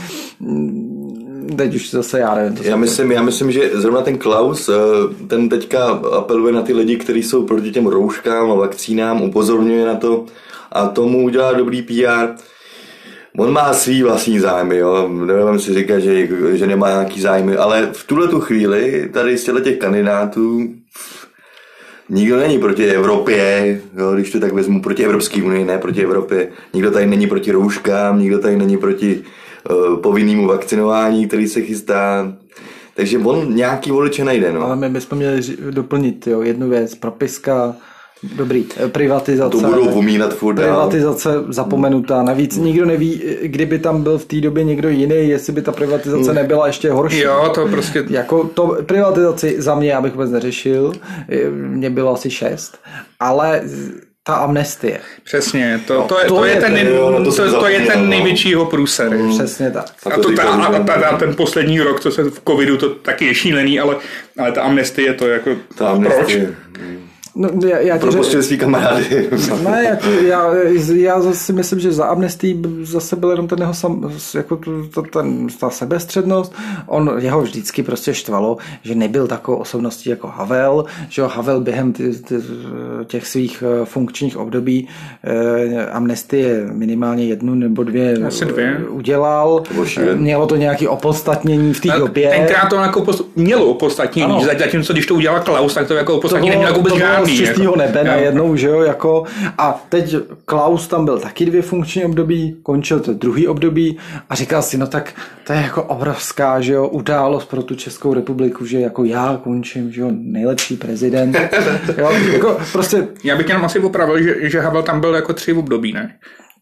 teď už zase já nevím. Já myslím, já myslím, že zrovna ten Klaus, ten teďka apeluje na ty lidi, kteří jsou proti těm rouškám a vakcínám, upozorňuje na to a tomu udělá dobrý P R. On má svý vlastní zájmy, jo. Nevím si říkat, že, že nemá nějaký zájmy, ale v tuhletu chvíli tady z těch kandidátů nikdo není proti Evropě, jo, když to tak vezmu, proti Evropské unii, ne proti Evropě. Nikdo tady není proti rouškám, nikdo tady není proti uh, povinnému vakcinování, který se chystá. takže on nějaký voliče najde. No. Ale my bychom měli doplnit jo, jednu věc, propiska, dobrý, privatizace. To budou pomínat furt. Privatizace zapomenutá. Navíc nikdo neví, kdyby tam byl v té době někdo jiný, jestli by ta privatizace hmm. nebyla ještě horší. Jo, to prostě... Jako to privatizaci za mě já bych vůbec neřešil. Mě bylo asi šest. Ale ta amnestie. Přesně, to, to, je, to, to, je, ten, ten, jo, no to, to, to je ten největšího průser. Mm. Přesně tak. A, to, ta, a, ta, a ten poslední rok, co se v covidu, to taky je šílený, ale, ale ta amnestie, to jako... Ta amnestie. Proč? No, já, já Propustili řek... svý kamarády. Ne, jako, já, já zase myslím, že za amnestii zase byl jenom ten jeho sam, jako to, ten, ta sebestřednost. On, jeho vždycky prostě štvalo, že nebyl takovou osobností jako Havel, že Havel během ty, ty, těch svých funkčních období eh, amnestie minimálně jednu nebo dvě, Asi dvě. udělal. Mělo to nějaké opodstatnění v té době. Tenkrát to jako post... mělo opodstatnění, zatímco když to udělal Klaus, tak to jako opodstatnění nemělo vůbec žádný. Z čistého nebe jako. najednou, že jo, jako a teď Klaus tam byl taky dvě funkční období, končil to druhý období a říkal si, no tak to je jako obrovská, že jo, událost pro tu Českou republiku, že jako já končím, že jo, nejlepší prezident, jo, jako prostě. Já bych jenom asi opravil, že, že Havel tam byl jako tři období, ne?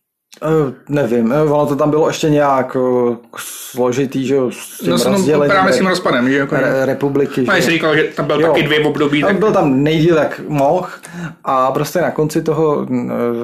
Uh, nevím, ono to tam bylo ještě nějak uh, složitý, že jo, s tím no, rozdělením. No právě s tím rozpadem, že jako re, republiky. No, jsi říkal, že tam byl jo, taky dvě období. Tak... Byl tam nejdýl jak mohl a prostě na konci toho uh,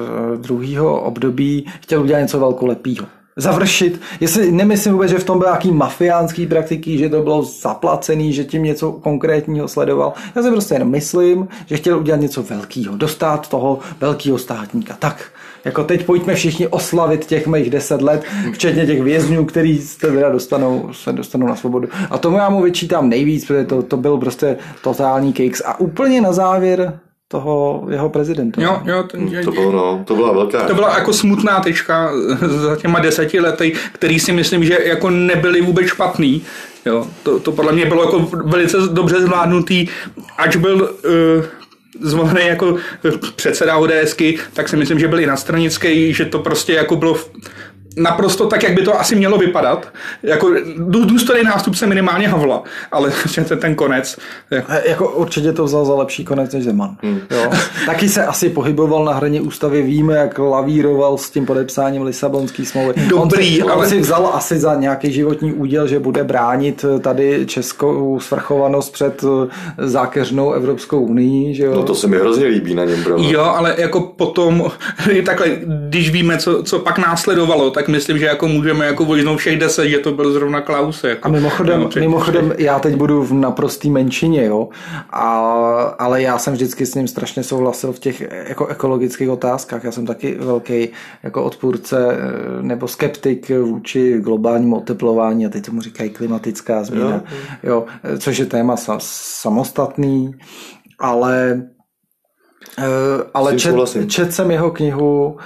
druhého období chtěl udělat něco velkolepýho. Završit, jestli nemyslím vůbec, že v tom byl nějaký mafiánský praktiky, že to bylo zaplacený, že tím něco konkrétního sledoval. Já si prostě jenom myslím, že chtěl udělat něco velkýho, dostat toho velkýho státníka. Tak, jako teď pojďme všichni oslavit těch mých deset let, včetně těch vězňů, který se teda dostanou, se dostanou na svobodu. A tomu já mu vyčítám nejvíc, protože to, to byl prostě totální kejks. A úplně na závěr toho jeho prezidenta. Jo, jo, ten, to, bylo, no, to byla velká. To byla jako smutná tečka za těma deseti lety, který si myslím, že jako nebyly vůbec špatný. Jo, to, to podle mě bylo jako velice dobře zvládnutý, ač byl uh, zvolený jako předseda ODSky, tak si myslím, že byl i nadstranický, že to prostě jako bylo naprosto tak, jak by to asi mělo vypadat. Jako důstojný nástupce minimálně Havla, ale ten, ten konec. Jako... jako určitě to vzal za lepší konec než Zeman. Hmm. Jo. Taky se asi pohyboval na hraně ústavy, víme, jak lavíroval s tím podepsáním Lisabonské smlouvy. Dobrý, on si, ale... on si vzal asi za nějaký životní úděl, že bude bránit tady českou svrchovanost před zákeřnou Evropskou unii. Že jo? No to se mi hrozně líbí na něm. Pravda. Jo, ale jako potom, takhle, když víme, co, co pak následovalo, tak myslím, že jako můžeme jako vojznout všech deset, že to byl zrovna Klaus. Jako, a mimochodem, no, mimochodem já teď budu v naprostý menšině, jo, a, ale já jsem vždycky s ním strašně souhlasil v těch jako ekologických otázkách. Já jsem taky velký jako odpůrce nebo skeptik vůči globálnímu oteplování a teď tomu říkají klimatická změna, jo. Jo, což je téma samostatný, ale Uh, ale čet, čet jsem jeho knihu uh,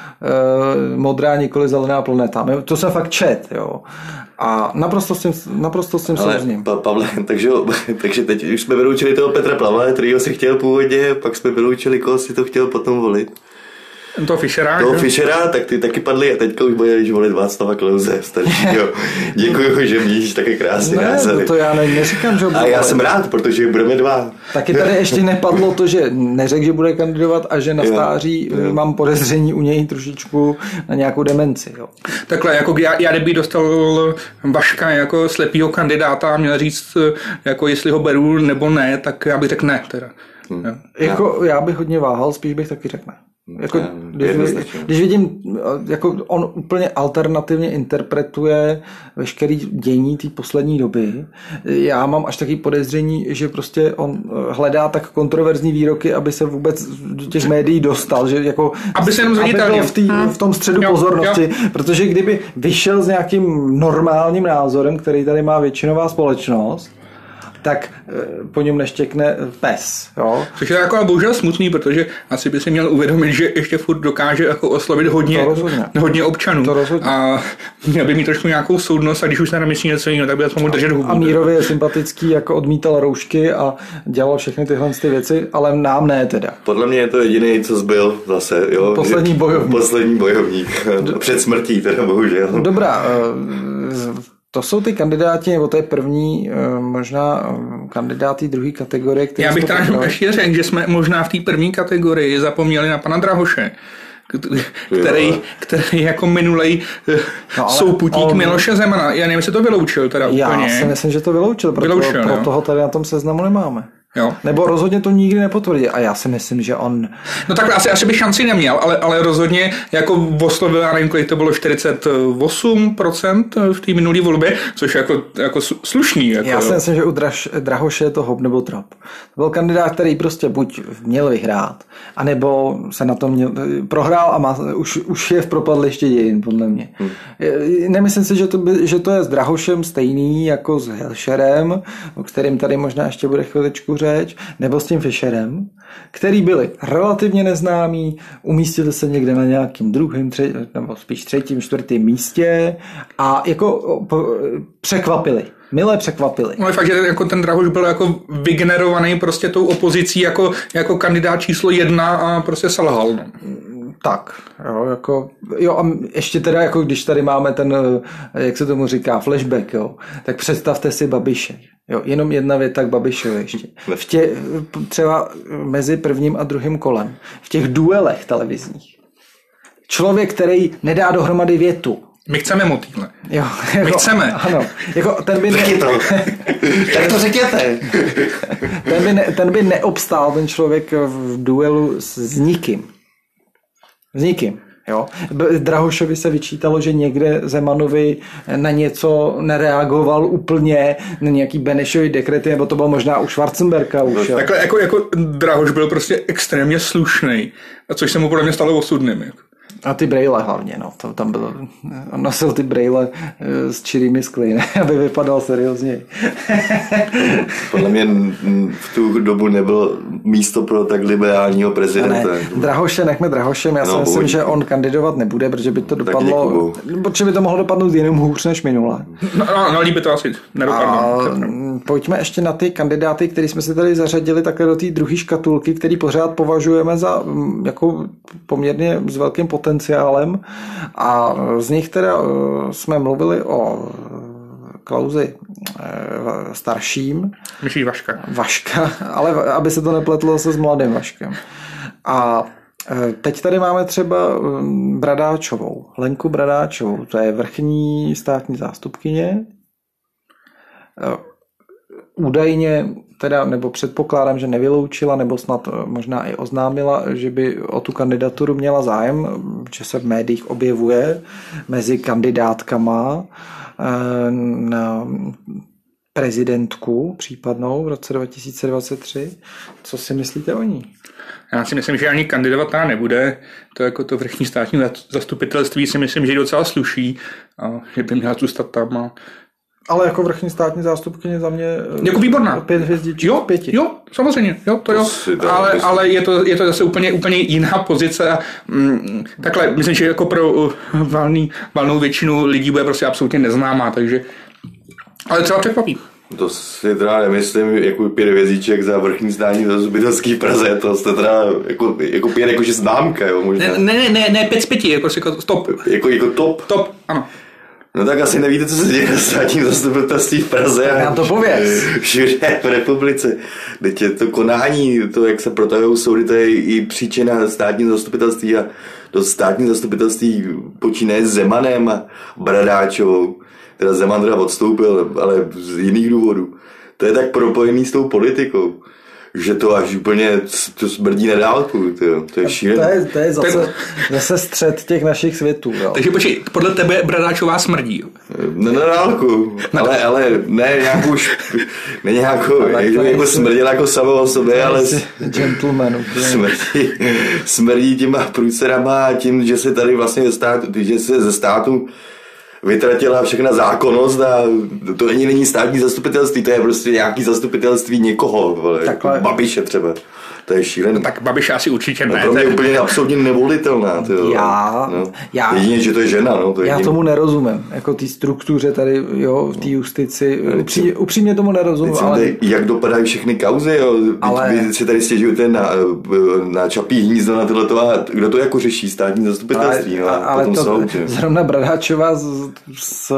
Modrá nikoli zelená planeta. To jsem fakt čet, jo. A naprosto s tím, naprosto s tím souzním. Pa, Pavle, takže, takže teď už jsme vyloučili toho Petra Pavla, kterýho si chtěl původně, pak jsme vyloučili, koho si to chtěl potom volit. Toho Fischera, Toho Fischera, tak ty taky padly a teďka už budeš volit Václava Klause staršího. Děkuju, že míš taky krásný ne, názory. Ne, to já ne, neříkám, že a já volit. Jsem rád, protože budeme dva. Taky tady ještě nepadlo to, že neřekl, že bude kandidovat a že na stáří jo, jo. mám podezření u něj trošičku na nějakou demenci. Jo. Takhle, jako já, já kdyby dostal Vaška jako slepýho kandidáta a měl říct, jako jestli ho beru nebo ne, tak já bych řekl ne. Teda. Hmm. Jako, já bych hodně váhal, spíš bych taky řekl ne. Jako, když, když vidím, jako on úplně alternativně interpretuje veškerý dění té poslední doby, já mám až taky podezření, že prostě on hledá tak kontroverzní výroky, aby se vůbec do těch médií dostal, že jako aby se jenom zviditelnil v, tý, v tom středu jo, pozornosti, jo. Protože kdyby vyšel s nějakým normálním názorem, který tady má většinová společnost, tak po něm neštěkne pes. Jo? Což je jako bohužel smutný, protože asi by si měl uvědomit, že ještě furt dokáže jako oslovit hodně, hodně občanů. A měl by mít trošku nějakou soudnost a když už se nemyslí něco jiného, tak by aspoň mohl držet hubu. A mírově je sympatický, jako odmítal roušky a dělal všechny tyhle ty věci, ale nám ne teda. Podle mě je to jediný, co zbyl zase. Jo? Poslední bojovník. Poslední bojovník. Před smrtí teda bohužel. Dobrá. To jsou ty kandidáti, nebo to je první, možná kandidáty druhé kategorie. Já bych teda ještě řekl, že jsme možná v té první kategorii zapomněli na pana Drahoše, který, který jako minulej no, souputník on... Miloše Zemana. Já nevím, jestli to vyloučil teda Já úplně. Já si myslím, že to vyloučil, proto, vyloučil, pro toho tady na tom seznamu nemáme. Jo. Nebo rozhodně to nikdy nepotvrdí. A já si myslím, že on... No tak asi, asi by šanci neměl, ale, ale rozhodně jako oslovil, já nevím, kolik to bylo čtyřicet osm procent v té minulé volbě, což je jako, jako slušný. Jako, já si myslím, že u Draž, Drahoše je to hop nebo trap. To byl kandidát, který prostě buď měl vyhrát, anebo se na to měl, prohrál a má, už, už je v propadlišti dějin, podle mě. Hmm. Nemyslím si, že to, by, že to je s Drahošem stejný jako s Hilšerem, o kterým tady možná ještě bude chviličku řeč, nebo s tím Fischerem, který byli relativně neznámí, umístili se někde na nějakým druhým, tři, nebo spíš třetím, čtvrtým místě a jako překvapili. Milé překvapili. No je fakt, že jako ten Drahoš byl jako vygenerovaný prostě tou opozicí jako, jako kandidát číslo jedna a prostě selhal. No. Tak, jo, jako, jo, a ještě teda, jako když tady máme ten, jak se tomu říká, flashback, jo, tak představte si Babiše, jo, jenom jedna věta k Babišovi ještě. V tě, třeba mezi prvním a druhým kolem, v těch duelech televizních, člověk, který nedá dohromady větu. My chceme motýle. Jo, jako, My chceme. Ano, jako ten by ne... Tak to řekněte. ten, by ne, ten by neobstál, ten člověk v duelu s, s nikým. S nikým. Jo. Drahošovi se vyčítalo, že někde Zemanovi na něco nereagoval úplně, na nějaký Benešovy dekrety, nebo to bylo možná u Schwarzenberga už. No, takhle jako, jako Drahoš byl prostě extrémně slušnej, což se mu podle mě stalo osudným. Jako. A ty brejle hlavně, no, to tam bylo, on nosil ty brejle s čirými skly, ne? Aby vypadal seriózně. Podle mě v tu dobu nebylo místo pro tak liberálního prezidenta. Ne, Drahoše, nechme Drahošem, já no, si myslím, buď. že on kandidovat nebude, protože by to dopadlo, protože by to mohlo dopadnout jenom hůř než minule. No, no, no líbí to asi nedopadlo. Pojďme ještě na ty kandidáty, který jsme si tady zařadili takhle do té druhé škatulky, který pořád považujeme za jako poměrně s velkým potenciálem a z nich teda jsme mluvili o Klausi starším. Myslíš Vaška. Vaška, ale aby se to nepletlo se s mladým Vaškem. A teď tady máme třeba Bradáčovou, Lenku Bradáčovou, to je vrchní státní zástupkyně. Údajně teda, nebo předpokládám, že nevyloučila, nebo snad možná i oznámila, že by o tu kandidaturu měla zájem, že se v médiích objevuje mezi kandidátkama na prezidentku případnou v roce dva tisíce dvacet tři. Co si myslíte o ní? Já si myslím, že ani kandidovat nebude. To jako to vrchní státní zastupitelství si myslím, že docela sluší a že by měla zůstat tam a ale jako vrchní státní zástupkyně za mě jako výborná. Pět hvězdiček jo, z pěti. Jo, samozřejmě, jo, to jo. Ale, ale je, to, je to zase úplně, úplně jiná pozice. A, mm, takhle, myslím, že jako pro uh, valný, valnou většinu lidí bude prostě absolutně neznámá, takže ale třeba překvapí. To si teda nemyslím, jako pět hvězdiček za vrchní státní zastupitelství v Praze, to jste teda jako, jako pět jakože známka, jo, možná. Ne, ne, ne, ne pět z pěti, jako, jako top. Jako, jako top? Top, ano. No tak asi nevíte, co se děje na státním zastupitelství v Praze a nám to pověz. Všude v republice. Teď je to konání, to, jak se protahují soudy, to je i příčina státního zastupitelství a to státní zastupitelství počínaje s Zemanem a Bradáčovou. Teda Zeman teda odstoupil, ale z jiných důvodů. To je tak propojený s tou politikou, že to až úplně to smrdí na dálku, to, to je šílené. To je, to je zase, zase střed těch našich světů. Jo. Takže počkej, podle tebe Bradáčová smrdí? Ne na dálku, ale, ale ne nějakou, ne nějakou, no, jako smrdí jako samo o sobě, ale gentleman, smrdí, smrdí těma průcerama a tím, že se tady vlastně ze státu, že se ze státu vytratila všechna zákonnost a to ani není státní zastupitelství, to je prostě nějaký zastupitelství někoho, vole, jako Babiše třeba. To je šílené. No, tak Babiš asi určitě ne. No, pro mě je úplně absolutně nevolitelná. Tyjo. Já, no. já... Jedině, že to je žena. No, to já jedině. tomu nerozumím. Jako té struktuře tady, jo, v té justici. Upřímně, upřímně tomu nerozumím. Ale... Tady, jak dopadají všechny kauzy, jo. Ale... Vy si tady stěžujete na, na Čapí hnízdo, na tohleto, a kdo to jako řeší? Státní zastupitelství. Ale, no, ale to, soud, zrovna Bradáčová s, s,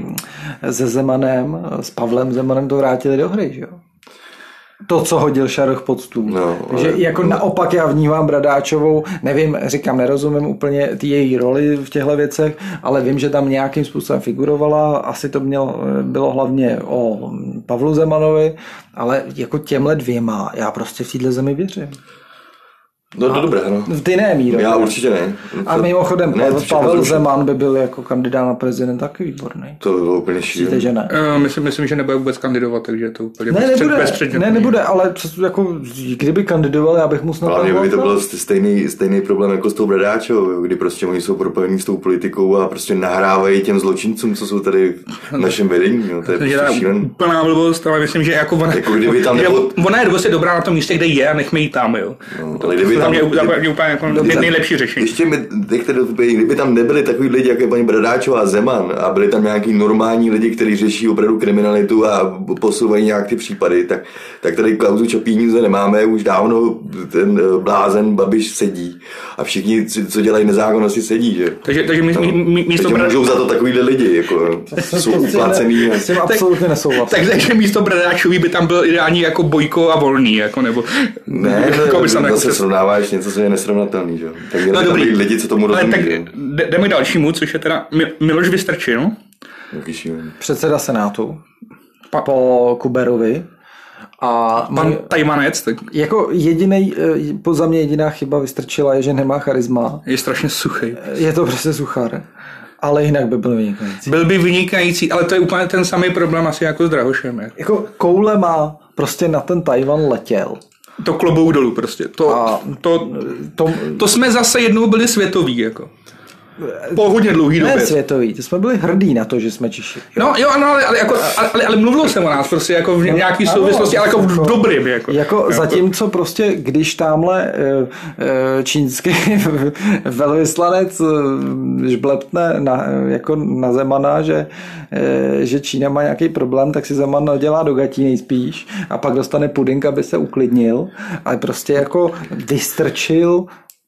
se Zemanem, s Pavlem Zemanem to vrátili do hry, že jo? To, co hodil Šaroch pod stůl. No, takže ale... jako naopak já vnímám Bradáčovou, nevím, říkám, nerozumím úplně ty její roli v těchto věcech, ale vím, že tam nějakým způsobem figurovala, asi to mělo, bylo hlavně o Pavlu Zemanovi, ale jako těmhle dvěma já prostě v této zemi věřím. No, no dobré, no. V ty ne, Míro. Já určitě ne. A mimochodem, ne, Pavel Zeman by byl jako kandidát na prezident taky výborný. To by bylo úplně šílené. Že ne? Uh, myslím, myslím, že nebude vůbec kandidovat, takže to úplně ne, nebude, ne, nebude, ale jako, kdyby kandidoval, já bych mu snad... Ale by to byl stejný, stejný problém jako s tou Bradáčovou, kdy prostě oni jsou propojení s tou politikou a prostě nahrávají těm zločincům, co jsou tady v našem vedení. No, to je prostě šílené. Úplná blbost, ale myslím, že jako ona, jako kdyby tam nebo... ona je prostě dobrá na tom místě, kde je, a nechme ji tam, jo. No, ale kdyby tam, je úplně jako nejlepší řešení. Ještě mi, kdyby tam nebyli takový lidi, jako je paní Bradáčová a Zeman, a byli tam nějaký normální lidi, kteří řeší opravdu kriminalitu a posouvají nějak ty případy, tak, tak tady kauzu Čapí hnízdo nemáme, už dávno ten blázen Babiš sedí a všichni, co dělají nezákonnosti, sedí, že? Takže, takže, my, no, my, místo takže můžou za to takovýhle lidi, jako jsou uplacený. S tím absolutně nesouhlasím. Tak, takže místo Bradáčový by tam byl ideální jako Bojko a Volný, jako nebo... Ne, ne, to se srovnáváš něco, co je nesrovnatelný, že? Tak měli no, tam lidi, co tomu rozumí. Tak jdeme dalšímu, což je teda Miloš Vystrčil. Předseda Senátu pa, po Kuberovi. A pan můj, Tajmanec. Tak... Jako jedinej, za mě jediná chyba Vystrčila je, že nemá charisma. Je strašně suchý. Je to prostě suchar. Ale jinak by byl vynikající. Byl by vynikající, ale to je úplně ten samý problém asi jako s Drahošem. Je. Jako koule má, prostě na ten Tajvan letěl. To klobouk dolů prostě. To, a to, to, to jsme zase jednou byli světoví, jako. Po hodně dlouhý době. Ne světový, to jsme byli hrdí na to, že jsme Češi. Jo? No jo, ano, ale, ale, jako, ale, ale mluvilo se o nás prostě jako v nějaký no, souvislosti, ano, ale jako v dobrým. Jako, jako, jako zatímco prostě, když tamhle čínský velvyslanec žblepne na, jako na Zemana, že, že Čína má nějaký problém, tak si Zeman nadělá do gatí nejspíš a pak dostane pudink, aby se uklidnil, ale prostě jako Vystrčil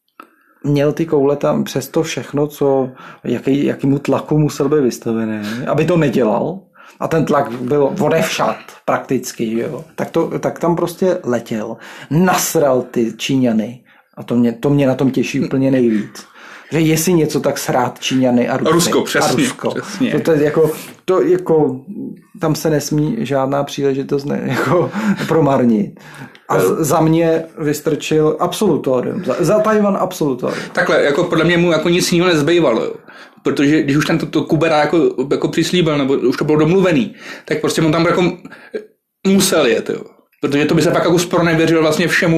měl ty koule tam přes to všechno, co, jaký, jakýmu tlaku musel být vystavený, aby to nedělal. A ten tlak byl odevšat prakticky, jo. Tak, to, tak tam prostě letěl. Nasral ty Číňany. A to mě, to mě na tom těší úplně nejvíc. Že jestli něco, tak srát Číňany a Rusy. Rusko, přesně. A Rusko. přesně. To, to, je jako, to jako, tam se nesmí žádná příležitost ne, jako promarnit. A z, za mě Vystrčil absolutorium. Za, za Tajvan absolutorium. Takhle, jako podle mě mu jako nic jiného nezbývalo, jo. Protože když už ten to, to Kubera jako, jako přislíbil, nebo už to bylo domluvený, tak prostě on tam jako musel jet, jo. Protože to by se pak jako sporo nevěřil vlastně všemu,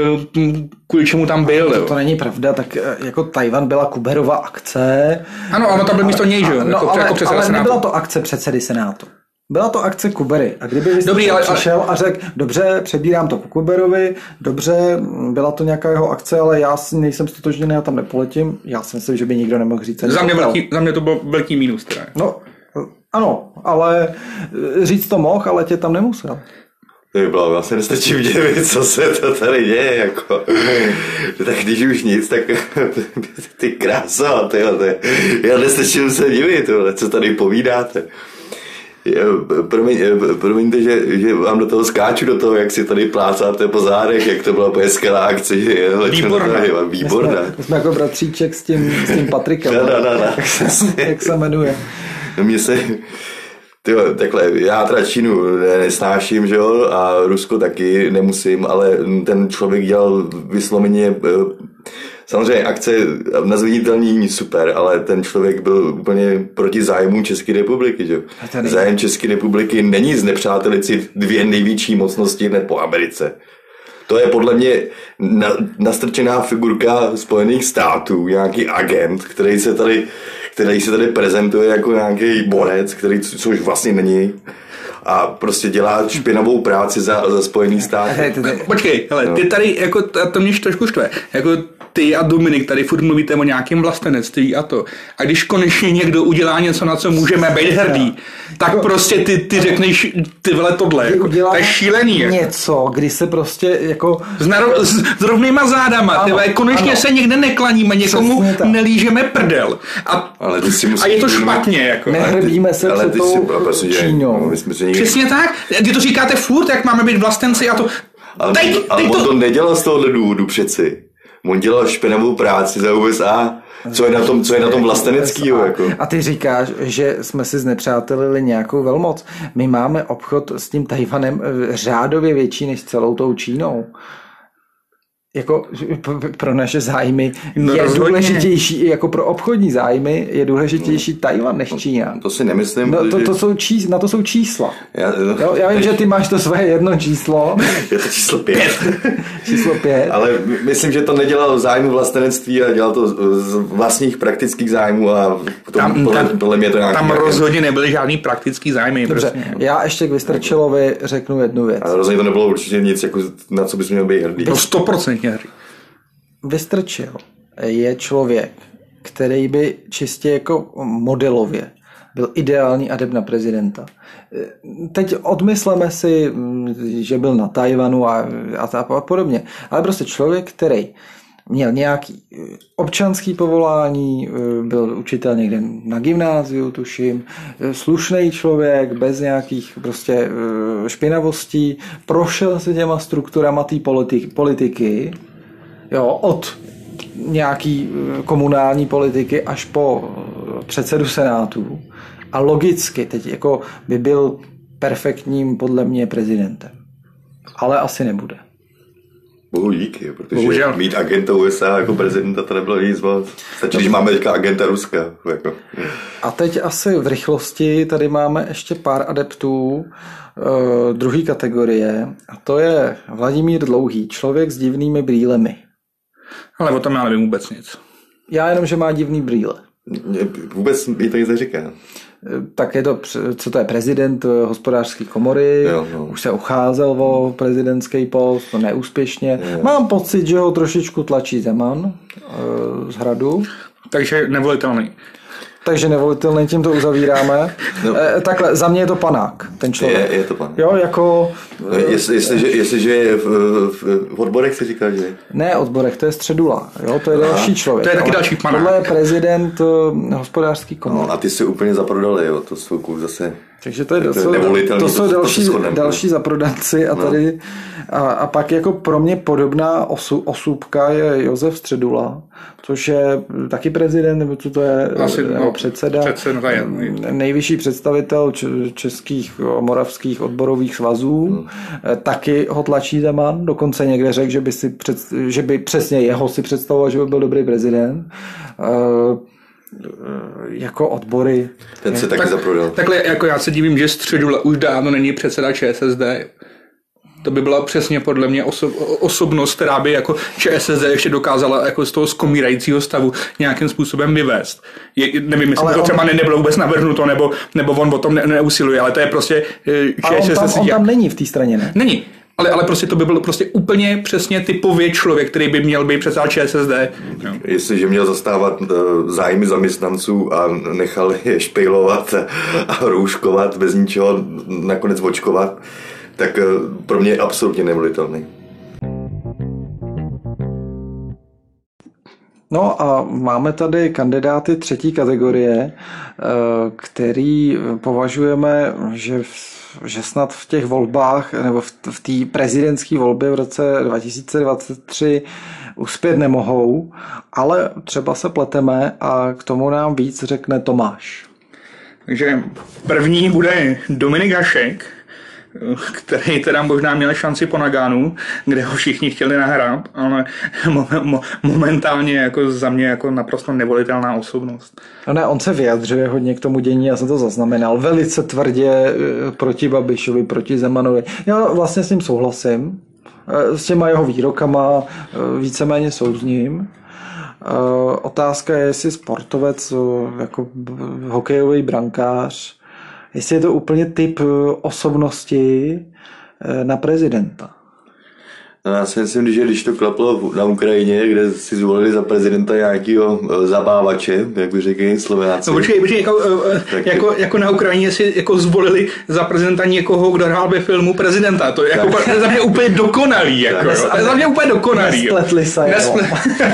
kvůli čemu tam byl. To, to není pravda, tak jako Tajvan byla Kuberova akce. Ano, ono tam byl místo něj, že jo? No, jako, ale, jako ale nebyla to akce předsedy Senátu. Byla to akce Kubery. A kdyby Dobrý, ale, přišel a řekl, dobře, přebírám to po Kuberovi, dobře, byla to nějaká jeho akce, ale já nejsem stotožněný, já tam nepoletím. Já si myslím, že by nikdo nemohl říct. Za mě, velký, za mě to byl velký mínus. Teda. No, ano, ale říct to mohl, ale tě tam nemusel. To bylo, vlastně nestačím divit, co se to tady děje, jako. Tak když už nic, tak ty krása, tyjo, ty, já nestačím se divit, tyjo, co tady povídáte. Promiň, promiňte, že, že vám do toho skáču, do toho, jak si tady plácáte po zádech, jak to byla po skvělá akce. Výborná. Výborná. My jsme, jsme jako bratříček s tím, s tím Patrikem. No, no, no, no. Jak, se, jak se jmenuje. No, mě se... Tyjo, takhle, já teda Čínu nesnáším, že jo, a Rusko taky nemusím, ale ten člověk dělal vysloveně, samozřejmě akce na zviditelnění super, ale ten člověk byl úplně proti zájmu České republiky, že jo. Zájem České republiky není znepřátelit si dvě největší mocnosti hned po Americe. To je podle mě na, nastrčená figurka Spojených států, nějaký agent, který se tady, který se tady prezentuje jako nějaký borec, který, což vlastně není. a prostě dělá špinavou práci za, za Spojený státy. Počkej, hele, ty tady, jako, to mě trošku štve, jako ty a Dominik tady furt mluvíte o nějakém vlastenectví a to. A když konečně někdo udělá něco, na co můžeme být hrdí, tak jako, prostě ty, ty řekneš ty vole tohle, jako, to je šílený. Jako. Něco, kdy se prostě jako... S, naro, s, s rovnýma zádama, ano, tyhle, konečně ano. se někde neklaníme, někomu nelížeme prdel. A, ale ty si a je to špatně. Jako. Nehrbíme se před tou Čínou. Přesně tak. Ty to říkáte furt, jak máme být vlastenci a to... Ale, teď, ale teď on to... to nedělal z tohohle důvodu přeci. On dělal špinavou práci za U S A. Co je na tom, co je na tom vlasteneckýho? Jako? A ty říkáš, že jsme si znepřátelili nějakou velmoc. My máme obchod s tím Tajvanem řádově větší než celou tou Čínou. Jako pro naše zájmy no je rozhodně. Důležitější, jako pro obchodní zájmy je důležitější no. Tajvan než Čína. To si nemyslím. No, to, to jsou čís, na to jsou čísla. Já, no, jo, já vím, než... že ty máš to svoje jedno číslo. Je to číslo pět. číslo pět. Ale myslím, že to nedělal v zájmu vlastenectví, ale dělal to z vlastních praktických zájmů a tam, podle, tam, podle mě to nějaký... Tam rozhodně nebyly žádný praktický zájmy. Dobře, prostě. Já ještě k Vystrčilovi řeknu jednu věc. Ale rozhodně to nebylo určitě nic, jako, na co bys měl být hrdý. No sto procent. Vystrčil je člověk, který by čistě jako modelově byl ideální adept na prezidenta. Teď odmysleme si, že byl na Tajvanu a, a, a podobně, ale prostě člověk, který měl nějaký občanský povolání, byl učitel někde na gymnáziu, tuším, slušný člověk, bez nějakých prostě špinavostí, prošel se těma strukturama té politik, politiky, jo, od nějaký komunální politiky až po předsedu senátu a logicky teď jako by byl perfektním podle mě prezidentem. Ale asi nebude. Bohu díky, protože Bohužel. Mít agenta U S A jako prezidenta to nebylo nic moc. Stačí, když máme teďka agenta Ruska. Jako. A teď asi v rychlosti tady máme ještě pár adeptů uh, druhé kategorie a to je Vladimír Dlouhý, člověk s divnými brýlemi. Ale o tom já nevím vůbec nic. Já jenom, že má divný brýle. Vůbec mi to nic neříká. Tak je to, co to je, prezident hospodářské komory, jo, no. Už se ucházel o prezidentský post, to neúspěšně. Jo. Mám pocit, že ho trošičku tlačí Zeman z Hradu. Takže nevolitelný. Takže nevolitelný, tím to uzavíráme. No. E, takhle, za mě je to panák, ten člověk. Je, je to panák. Jo, jako... No, jestli, jestliže, jestliže je v, v, v odborech se říká, že... Ne, odborech, to je Středula, jo, to je Aha. další člověk. To je taky další panák. Tohle je prezident uh, hospodářský komory. No, a ty se úplně zaprodali, jo, to jsou zase... Takže to, je, to, jsou, to jsou další, to další zaprodanci a tady no. a, a pak jako pro mě podobná osu, osůbka je Josef Středula, což je taky prezident, nebo co to je, Asi, nebo no, předseda, předseda je, nejvyšší představitel českých moravských odborových svazů, hmm. taky ho tlačí Zeman, dokonce někde řekl, že by, si před, že by přesně jeho si představoval, že by byl dobrý prezident. Uh, jako odbory. Ten se taky tak, zaprodal. Takhle jako já se divím, že Středula už dávno není předseda ČSSD. To by byla přesně podle mě oso, osobnost, která by jako ČSSD ještě dokázala jako z toho skomírajícího stavu nějakým způsobem vyvést. Je, nevím, jestli to on... třeba ne, nebylo vůbec navrhnuto, nebo, nebo on o tom ne, neusiluje, ale to je prostě... Ale on tam, on tam není v té straně, ne? Není. Ale, ale prostě to by byl prostě úplně přesně typově člověk, který by měl být předseda ČSSD. No. Jestliže měl zastávat zájmy zaměstnanců a nechal je špejlovat a rouškovat, bez ničeho nakonec očkovat, tak pro mě je absolutně nevolitelný. No a máme tady kandidáty třetí kategorie, který považujeme, že, že snad v těch volbách nebo v té prezidentské volbě v roce dva tisíce dvacet tři uspět nemohou, ale třeba se pleteme a k tomu nám víc řekne Tomáš. Takže první bude Dominik Hašek, který teda možná měl šanci po Nagánu, kde ho všichni chtěli nahrát, ale mo- momentálně jako za mě jako naprosto nevolitelná osobnost. No ne, on se vyjadřuje hodně k tomu dění, já jsem to zaznamenal, velice tvrdě proti Babišovi, proti Zemanovi. Já vlastně s ním souhlasím, s těma jeho výrokama víceméně souzním. Otázka je, jestli sportovec jako hokejový brankář jestli je to úplně typ osobnosti na prezidenta. No já si myslím, že když to klaplo na Ukrajině, kde si zvolili za prezidenta nějakého zabávače, jak by řekli Slováci. No počkej, počkej, jako, tak, jako, jako na Ukrajině si jako zvolili za prezidenta někoho, kdo hrál ve filmu prezidenta. To je jako to je za mě úplně dokonalý. Jako, jo. To je za mě úplně dokonalý. Nespletli se. Nesple...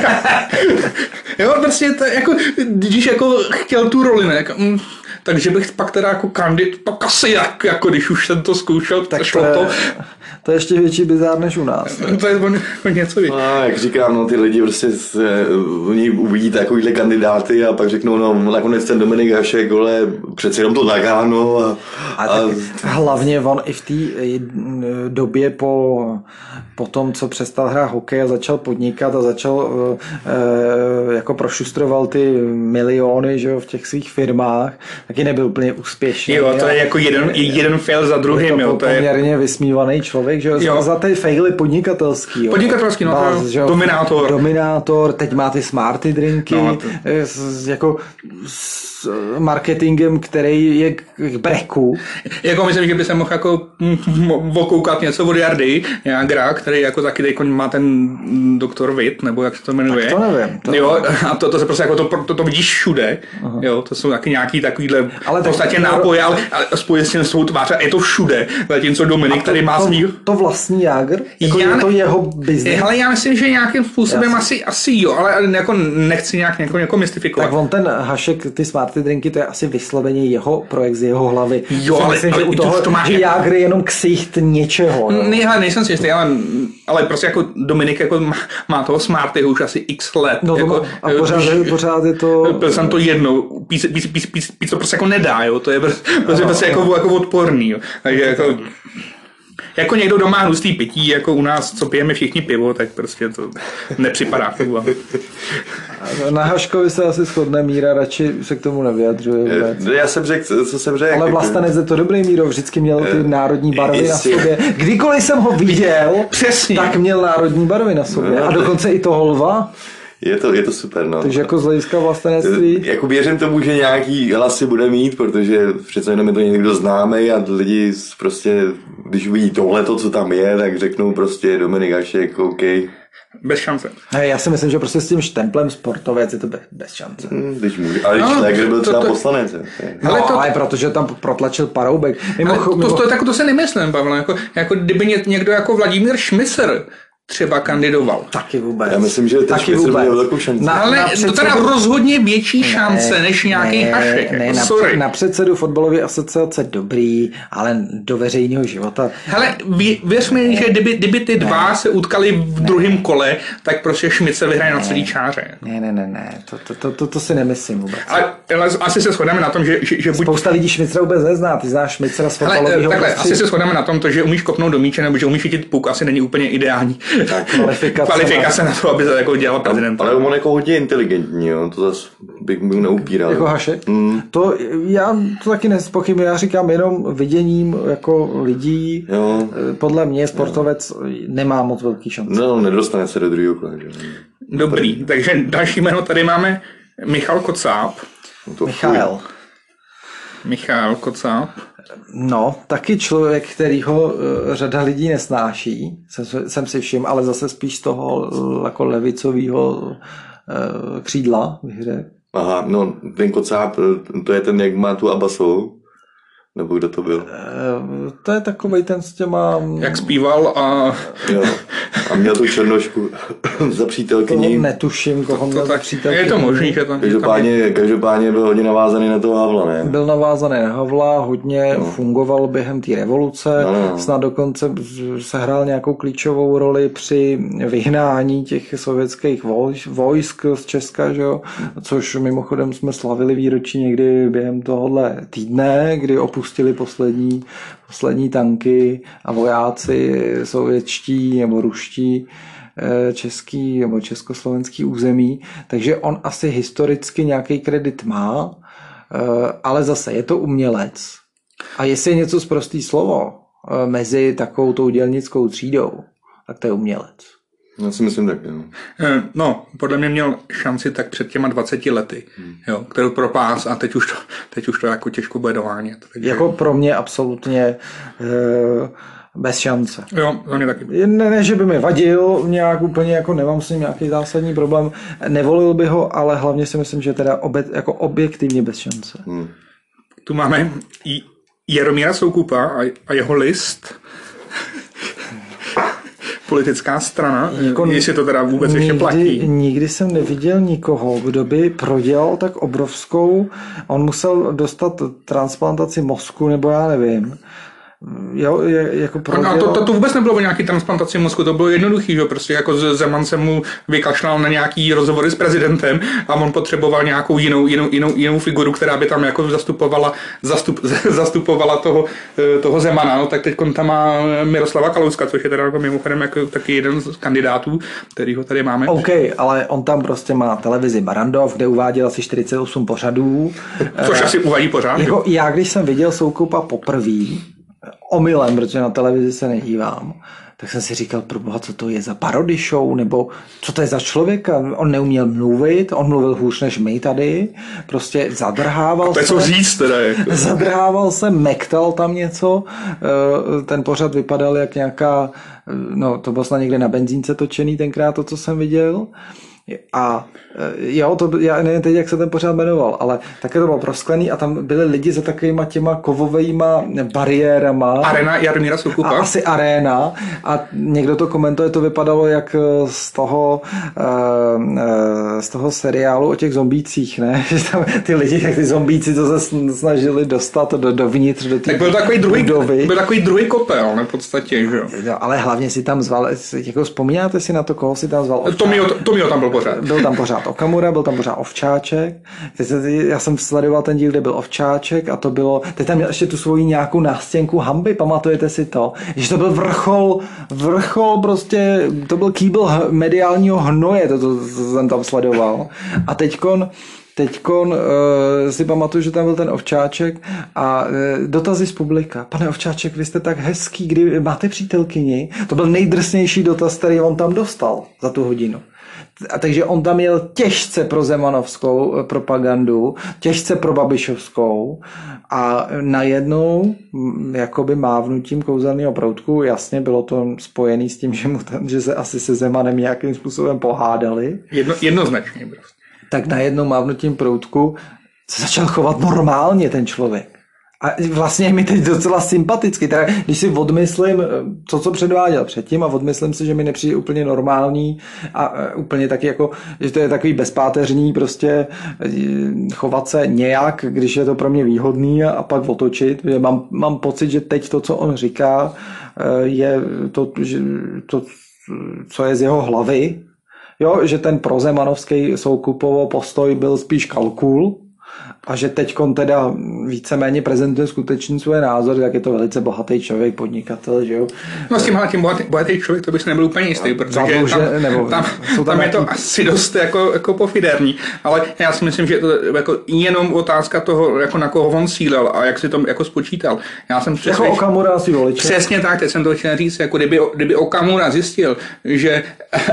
jo, prostě to jako, když jako chtěl tu roli, ne, jako, mm, takže bych pak teda jako kandid, pak asi jak, jako když už jsem to zkoušel, tak šlo to. To je ještě větší bizár než u nás. Ne? To je o něco víc. No, jak říkám, no, ty lidi prostě se, oni uvidí takovýhle kandidáty a pak řeknou, no nakonec ten Dominik Hašek, ale přeci jenom to nagáno. A, a, a hlavně on i v té době po, po tom, co přestal hrát hokej a začal podnikat a začal e, jako prošustroval ty miliony, že jo, v těch svých firmách, taky nebyl úplně úspěšný. Jo, to je jako jeden, jeden fail za druhým. Je to, jo, to poměrně je vysmívaný člověk, že jo, za ty faily podnikatelský. Jo. Podnikatelský, no Bás, to že jo, dominátor. Dominátor, teď má ty smarty drinky, no, to... s, jako s marketingem, který je k breku. Jako myslím, že by se mohl jako okoukat něco od Jardy Jágra, který jako taky teď má ten doktor Witt, nebo jak se to jmenuje. Tak to nevím. To jo, nevím. a to, to se prostě jako to, to, to vidíš všude. Aha. Jo, to jsou taky nějaký takovýhle ale v podstatě tak, nápoje, ale, ale spojí s tím svou tvář a je to všude. Zatímco Dominik tady má to, svý... To vlastní Jágr? Jako já, je to jeho biznis? Ale já myslím, že nějakým způsobem asi, asi jo, ale jako nechci nějak někoho, někoho mystifikovat. Tak on ten Hašek, ty smarty drinky, to je asi vysloveně jeho projekt z jeho hlavy. Jo, ale, myslím, ale že u toho, to má že jako... Jágr je jenom ksicht něčeho. No. Ne, ale nejsem si jistý, ale, ale prostě jako Dominik jako má, má toho smarty už asi x let. No jako, má, a pořád, je, pořád je to... Byl jsem to jednou, píc, píc, píc, píc, píc to prostě jako nedá, jo, to je prostě, prostě, prostě jako, jako odporný, jo. Takže jako... Jako někdo doma hnustý pití, jako u nás, co pijeme všichni pivo, tak prostě to nepřipadá. Na Haškovi se asi shodne, Míra radši se k tomu nevyjadřuje. Já jsem řekl, co jsem řekl. Ale Vlastanec je to dobrý, Míro, vždycky měl ty národní barvy na sobě. Kdykoliv jsem ho viděl, přesně, tak měl národní barvy na sobě. A dokonce i toho lva. Je to, je to super, no. Takže jako z hlediska vlastenectví. Jako věřím tomu, že nějaký hlasy bude mít, protože přece jenom je to někdo známý a lidi prostě, když uvidí tohleto, co tam je, tak řeknou prostě Dominik Hašek, OK. Bez šance. Ne, já si myslím, že prostě s tím štemplem sportovec je to bez, bez šance. Hmm, když může. Ale když no, tak byl třeba to, poslanec. No, ale, to, ale protože tam protlačil Paroubek. Mimo, to, mimo... to, to, tak to se nemyslím, Pavel. Jako, jako kdyby někdo jako Vladimír Šmicer třeba kandidoval. Taky vůbec. Já myslím, že ten Šmicer měl velkou šanci. Na, ale na předsedu... to teda rozhodně větší ne, šance než nějaký ne, Hašek. Ne, jako, na, sorry. na předsedu fotbalové asociace dobrý, ale do veřejného života. Hele, vě, věř mi, že kdyby, kdyby ty ne, dva se utkali v ne, druhém kole, tak prostě Šmicer vyhraje na celý čáře. Ne, ne, ne, ne, to, to, to, to, to si nemyslím vůbec. Ale, ale asi se shodneme na tom, že, že, že buď... Spousta lidí Šmicera vůbec nezná, ty znáš Šmicera z fotbalového Takhle, asi se shodneme na tom, to, že umíš kopnout do míče nebo že umíš chytit puk, asi není úplně ideální. Tak, kvalifikace, kvalifikace na to, aby se jako dělal prezident. Ale on jako hodně inteligentní, jo, to zase bych mu neupíral. Jako Hašek? Mm. To já to taky nespochybnuji, já říkám jenom viděním jako lidí, jo. Podle mě sportovec jo. Nemá moc velký šance. No, nedostane se do druhého kola. Dobrý, Dobrý, takže další jméno tady máme Michal Kocáb. No Michal. Michal Kocáb. No, taky člověk, kterýho uh, řada lidí nesnáší, jsem, jsem si všiml, ale zase spíš z toho jako levicového uh, křídla, bych řekl. Aha, no, ten Kocáb, to je ten, jak má tu Abbasovou? Nebo kdo to byl? Uh, to je takovej ten s těma... Jak zpíval a... Jo, a měl tu černošku za přítelkyní. To netuším, koho měl za přítelkyní. Je to možný, že tam... Každopádně, každopádně byl hodně navázaný na toho Havla, ne? Byl navázaný na Havla, hodně no. fungoval během té revoluce, no, no. snad dokonce sehrál nějakou klíčovou roli při vyhnání těch sovětských vojsk z Česka, že jo? Což mimochodem jsme slavili výročí někdy během tohohle týdne, kdy opustili poslední, poslední tanky a vojáci sovětští nebo ruští český nebo československý území, takže on asi historicky nějaký kredit má, ale zase je to umělec. A jestli je něco sprostý slovo mezi takovou tou dělnickou třídou, tak to je umělec. Já si myslím taky, no. No, podle mě měl šanci tak před těma dvaceti lety, hmm. jo, kterou propás a teď už to, teď už to jako těžko bude dohánět. Takže... Jako pro mě absolutně e, bez šance. Jo, za mě taky. Ne, ne, že by mi vadil nějak úplně, jako nemám s ním nějaký zásadní problém, nevolil by ho, ale hlavně si myslím, že teda obe, jako objektivně bez šance. Hmm. Tu máme Jaromíra Soukupa a jeho list. Politická strana, jako jestli to teda vůbec nikdy, ještě platí. Nikdy jsem neviděl nikoho, kdo by prodělal tak obrovskou, on musel dostat transplantaci mozku, nebo já nevím. Jo, jako prodělal... no, to, to, to vůbec nebylo o nějaký transplantaci mozku, to bylo jednoduchý, že prostě jako Zeman se mu vykašlal na nějaký rozhovory s prezidentem a on potřeboval nějakou jinou, jinou, jinou, jinou figuru, která by tam jako zastupovala, zastup, zastupovala toho, toho Zemana, no, tak teď tam má Miroslava Kalouska, což je teda jako mimochodem jako taky jeden z kandidátů, který ho tady máme. OK, ale on tam prostě má televizi Barrandov, kde uváděl asi čtyřicet osm pořadů. Což e, asi uvádí pořád. Jako já, když jsem viděl Soukupa poprvý, omylem, protože na televizi se nedívám, tak jsem si říkal, proboha, co to je za parody show, nebo co to je za člověka. On neuměl mluvit, on mluvil hůř než my tady, prostě zadrhával a to je se. co říct teda. Jako. Zadrhával se, mektal tam něco, ten pořad vypadal jak nějaká, no to bylo snad někde na benzínce točený tenkrát, to, co jsem viděl. A jo, to, já nevím teď, jak se ten pořád jmenoval, ale také to bylo prosklený a tam byli lidi za takovýma těma kovovejma bariérama. Arena Jaromíra Soukupa. A asi aréna. A někdo to komentuje, to vypadalo jak z toho, z toho seriálu o těch zombících, ne? Že tam ty lidi, jak ty zombíci, to se snažili dostat do, dovnitř, do té tak byl takový druhý, byl takový druhý kotel, ne, v podstatě, že jo. No, ale hlavně si tam zval, jako vzpomínáte si na to, koho si tam zval? Tomio, Tomio tam byl pořád. Byl tam pořád Okamura, byl tam pořád Ovčáček. Já jsem sledoval ten díl, kde byl Ovčáček a to bylo, teď tam měl ještě tu svoji nějakou nástěnku hanby, pamatujete si to? Že to byl vrchol, vrchol prostě, to byl kýbl mediálního hnoje, to, to, to jsem tam sledoval. A teďkon Teďkon uh, si pamatuju, že tam byl ten Ovčáček a uh, dotazy z publika. Pane Ovčáček, vy jste tak hezký, kdy máte přítelkyni? To byl nejdrsnější dotaz, který on tam dostal za tu hodinu. A takže on tam jel těžce pro zemanovskou propagandu, těžce pro babišovskou a najednou jakoby mávnutím kouzelného proutku, jasně bylo to spojené s tím, že, mu tam, že se asi se Zemanem nějakým způsobem pohádali. Jedno, jednoznačně prostě. Tak najednou mávnutím proutku se začal chovat normálně ten člověk. A vlastně je mi teď docela sympaticky. Teda, když si odmyslím to, co předváděl předtím a odmyslím si, že mi nepřijde úplně normální a úplně taky jako, že to je takový bezpáteřní prostě chovat se nějak, když je to pro mě výhodný a, a pak otočit. Mám, mám pocit, že teď to, co on říká, je to, že, to co je z jeho hlavy. Jo, že ten prozemanovský Soukupovo postoj byl spíš kalkul a že teďkon teda víceméně prezentuje skutečně svoje názory, tak je to velice bohatý člověk, podnikatel, že jo. No s tím tím bohatý, bohatý člověk, to bys nebyl úplně jistý, protože Zadluže, tam, nebo, tam, tam, tam je to asi dost jako, jako pofiderní, ale já si myslím, že to je jako jenom otázka toho, jako na koho on sílel a jak si to jako spočítal. Já jsem přesvědčen, jako Okamura si voliče. Přesně tak, teď jsem to chtěl říct, jako kdyby, kdyby Okamura zjistil, že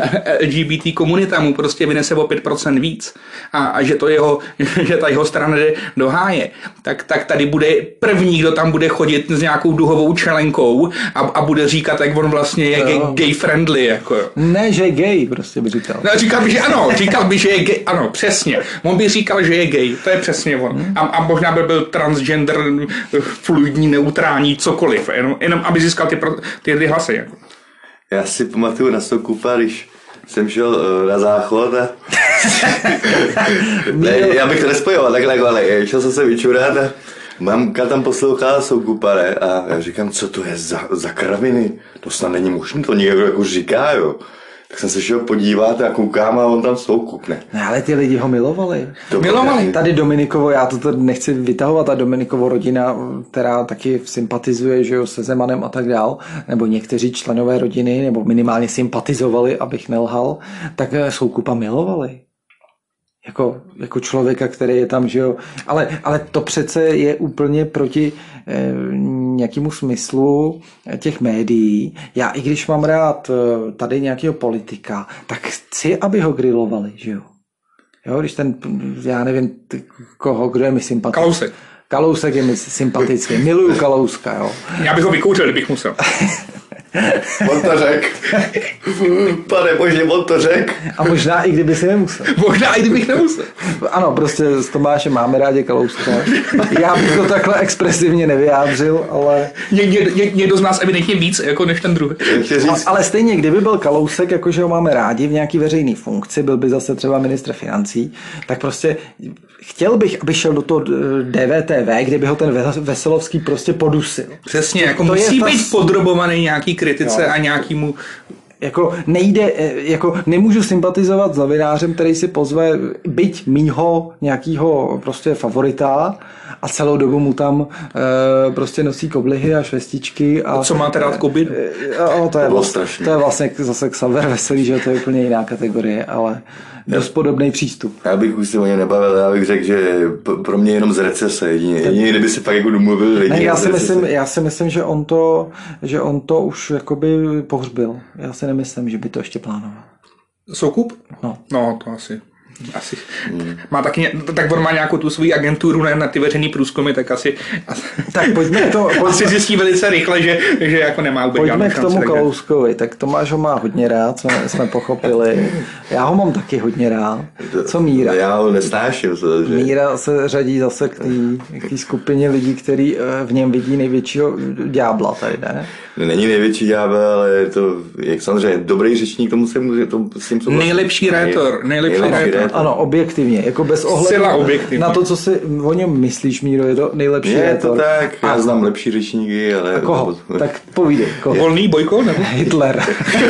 L G B T komunita mu prostě vynese o pět procent víc a, a že to jeho, že ta jeho strana jde do háje, tak, tak tady bude první, kdo tam bude chodit s nějakou duhovou čelenkou a, a bude říkat, jak on vlastně je no. gay friendly. Jako. Ne, že je gay, prostě by říkal. No, říkal by, že ano, říkal by, že je gay, ano, přesně. On by říkal, že je gay, to je přesně on. Hmm. A, a možná by byl transgender, fluidní, neutrální, cokoliv, jenom, jenom aby získal ty, ty, ty hlasy. Jako. Já si pamatuju na Soukupa, když jsem šel uh, na záchod a ne, já bych to nespojoval takhle, ale šel jsem se vyčurat a mamka tam poslouchala Soukupa, ne? A já říkám, co to je za, za kraviny? To snad není možné, to někdo jako říká, jo. Tak jsem se šel podívat a koukám a on tam Soukup, ne? Ne, ale ty lidi ho milovali. To milovali. Tady Dominikovo, já to nechci vytahovat, ta Dominikovo rodina, která taky sympatizuje, že jo, se Zemanem a tak dál, nebo někteří členové rodiny, nebo minimálně sympatizovali, abych nelhal, tak Soukupa milovali. Jako, jako člověka, který je tam, že jo. Ale, ale to přece je úplně proti eh, nějakému smyslu těch médií. Já i když mám rád tady nějakého politika, tak chci, aby ho grilovali, že jo. Jo, když ten, já nevím, koho, kdo je mi sympatický. Kalousek. Kalousek je mi sympatický. Miluju Kalouska, jo. Já bych ho vykouřil, kdybych musel. On to řek. Pane bože, on to řek. A možná i kdyby si nemusel. Možná i kdybych nemusel. Ano, prostě s Tomášem máme rádi Kalouska. Já bych to takhle expresivně nevyjádřil, ale... Ně, ně, ně, někdo z nás evidentně víc, jako než ten druhý. Ale, ale stejně, kdyby byl Kalousek, jakože ho máme rádi v nějaký veřejný funkci, byl by zase třeba ministr financí, tak prostě chtěl bych, aby šel do toho D V T V, kde by ho ten Veselovský prostě podusil. Přesně, jako to musí ta... být podrobovaný nějaký kritice, jo, a nějakýmu... Jako nejde, jako nemůžu sympatizovat s novinářem, který si pozve byť mýho nějakýho prostě favorita a celou dobu mu tam e, prostě nosí koblihy a švestičky. A, a co máte rád koblih? E, to, je vlastně, to je vlastně zase Xaver Veselý, že to je úplně jiná kategorie, ale dost podobný přístup. Já bych už se o ně nebavil, já bych řekl, že pro mě jenom z recese, jedině, jedině kdyby si pak jako domluvil lidi. Ne, já, si myslím, já si myslím, že on to, že on to už jakoby pohřbil. Já si nemyslím, že by to ještě plánoval. Soukup? No. No, to asi... Asi. Hmm. Má taky, tak on má nějakou tu svoji agenturu na, na ty veřejný průzkumy, tak asi, asi tak pojďme to, pojďme, asi zjistí velice rychle, že, že jako nemá úplně. Pojďme k tomu Kalouskovi, tak Tomáš ho má hodně rád, co jsme pochopili. Já ho mám taky hodně rád. Co Míra? Já ho nesnáším. Že... Míra se řadí zase k té skupině lidí, který v něm vidí největšího ďábla tady, ne? Není největší ďábel, ale je to, jak samozřejmě, dobrý řečník, tomu se může, to, s tím souhlasit. Nejlepší rétor, nejlepší, nejlepší rétor. Ano, objektivně, jako bez ohledu na to, co si o něm myslíš, Míro, je to nejlepší je rétor. Je to tak, já a... znám lepší řečníky, ale... A koho? Tak povídej, koho? Volný Bojko, nebo? Hitler.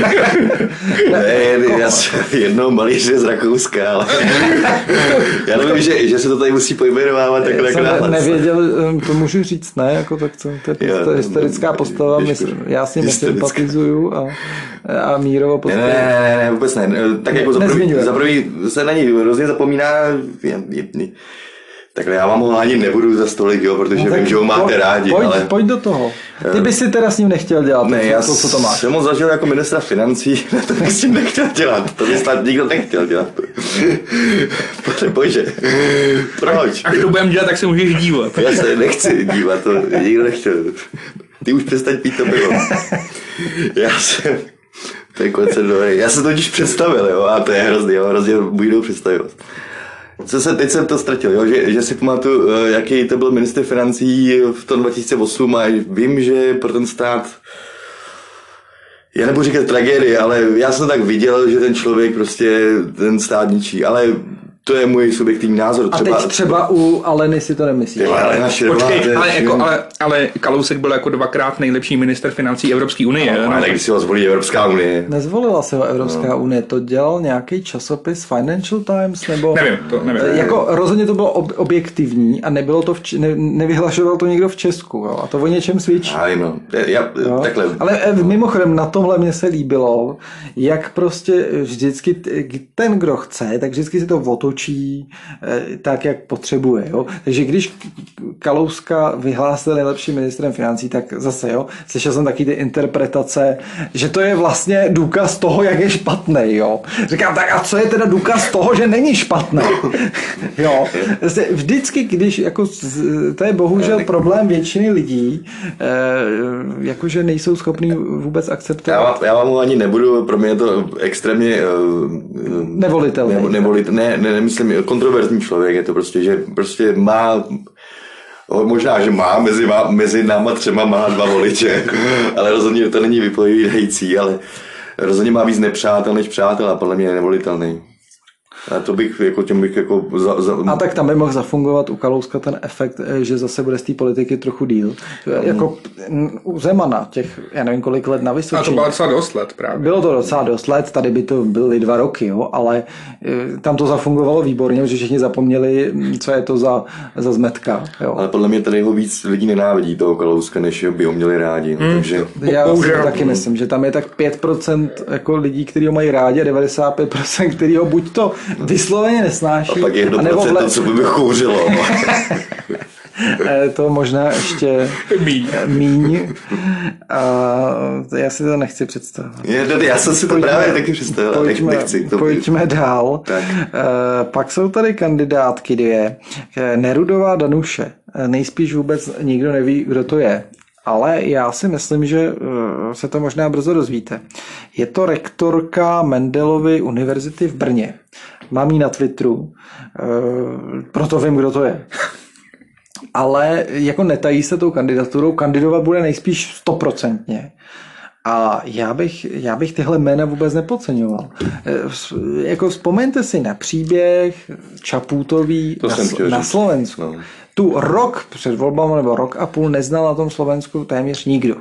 ne, ne já jsem jednou malíře z Rakouska, ale... já nevím, že, že se to tady musí pojmenovávat takhle jako náhle. Nevěděl, to můžu říct, ne, jako tak co, to je to historická postava, myslím, já s ním nesympatizuju a, a Mírovo postava. Ne, ne, ne, ne, vůbec ne, tak jako za prvý, za prvý se na ní hrozně zapomíná, takhle já vám ho ani nebudu za stolik, jo, protože no, vím, že ho máte pojď, rádi. Pojď, ale... pojď do toho. Ty bys si teda s ním nechtěl dělat, ne, to, já to, co to máš. jsem ho zažil jako ministra financí, to bych s tím nechtěl dělat, to by snad nikdo nechtěl dělat. Pane bože, proč? Až to budeme dělat, tak se můžeš dívat. Já se nechci dívat, to nikdo nechtěl. Ty už přestaň pít to pivo. Já jsem... To je koncept dobrý. Já jsem to totiž představil, jo, a to je hrozný, jo, hrozně budu představit. Co se, teď jsem to ztratil, jo, že, že si pamatuju, jaký to byl ministr financí v tom dva tisíce osm a vím, že pro ten stát, já nebudu říkat tragédie, ale já jsem tak viděl, že ten člověk prostě ten stát ničí, ale to je můj subjektivní názor. Třeba, a teď třeba u Aleny si to nemyslíš. Ale, Počkej, ale, jako, ale, ale Kalousek byl jako dvakrát nejlepší minister financí Evropské unie. No, ale když si ho zvolí Evropská unie. Nezvolila se ho Evropská no. unie, to dělal nějaký časopis Financial Times, nebo... Nevím, to nevím. Jako rozhodně to bylo ob- objektivní a nebylo to v, ne, nevyhlašoval to někdo v Česku, jo, a to o něčem svědčí. Já vím, no. Já, takhle. Ale mimochodem na tomhle mě se líbilo, jak prostě vždycky ten, kdo chce, tak vždycky si to otočí tak, jak potřebuje. Jo? Takže když Kalouska vyhlásil nejlepším ministrem financí, tak zase, jo, slyšel jsem taky ty interpretace, že to je vlastně důkaz toho, jak je špatný. Jo? Říkám, tak a co je teda důkaz toho, že není špatný? Jo? Vždycky, když, jako, to je bohužel problém většiny lidí, jakože nejsou schopní vůbec akceptovat. Já, já vám ani nebudu, pro mě je to extrémně nevolitelný. Ne, nevolit, ne, ne, nemyslím, kontroverzní člověk, je to prostě, že prostě má, možná, že má, mezi, má, mezi náma třema má dva voliče, ale rozhodně to není vypovídající, ale rozhodně má víc nepřátel než přátel a podle mě je nevolitelný. A to bych, jako tím bych jako... Za, za... A tak tam by mohl zafungovat u Kalouska ten efekt, že zase bude z té politiky trochu díl. Mm. Jako u Zemana těch, já nevím kolik let na Vysočině. A to bylo docela dost let právě. Bylo to docela dost let, tady by to byly dva roky, jo, ale tam to zafungovalo výborně, že všichni zapomněli, co je to za, za zmetka. Jo. Ale podle mě tady ho víc lidí nenávidí toho Kalouska, než by ho měli rádi. Mm. Takže... Já si taky myslím, že tam je tak pět procent jako lidí, kteří ho mají rádi a devadesát pět procent, kteří ho buď to vysloveně nesnáší. A pak jedno procento, vle... co by mi kouřilo. To možná ještě míň. míň. A já si to nechci představit. Je, já jsem si to pojďme, právě taky představil. Pojďme, nechci, to pojďme dál. Tak. Pak jsou tady kandidátky dvě. Nerudová Danuše. Nejspíš vůbec nikdo neví, kdo to je. Ale já si myslím, že se to možná brzo dozvíte. Je to rektorka Mendelovy univerzity v Brně. Mám ji na Twitteru, proto vím, kdo to je. Ale jako netají se tou kandidaturou, kandidovat bude nejspíš stoprocentně. A já bych, já bych tyhle jména vůbec nepodceňoval. Jako vzpomeňte si na příběh Čaputový na, na Slovensku. No. Tu rok před volbami nebo rok a půl neznal na tom Slovensku téměř nikdo.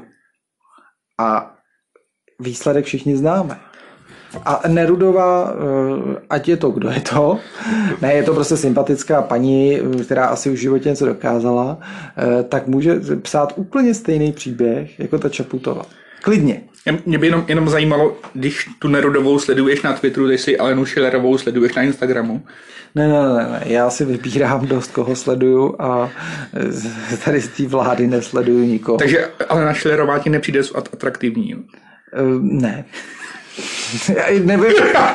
A výsledek všichni známe. A Nerudová, ať je to, kdo je to, ne, je to prostě sympatická paní, která asi v životě něco dokázala, tak může psát úplně stejný příběh jako ta Čaputová. Klidně. Mě by jenom, jenom zajímalo, když tu Nerudovou sleduješ na Twitteru, teď si Alenu Schillerovou sleduješ na Instagramu. Ne, ne, ne, ne, já si vybírám dost, koho sleduju a tady z té vlády nesleduju nikoho. Takže Alena Schillerová ti nepřijde atraktivní? Uh, ne. Já nevím,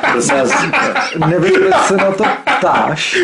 nevím, proč se na to ptáš.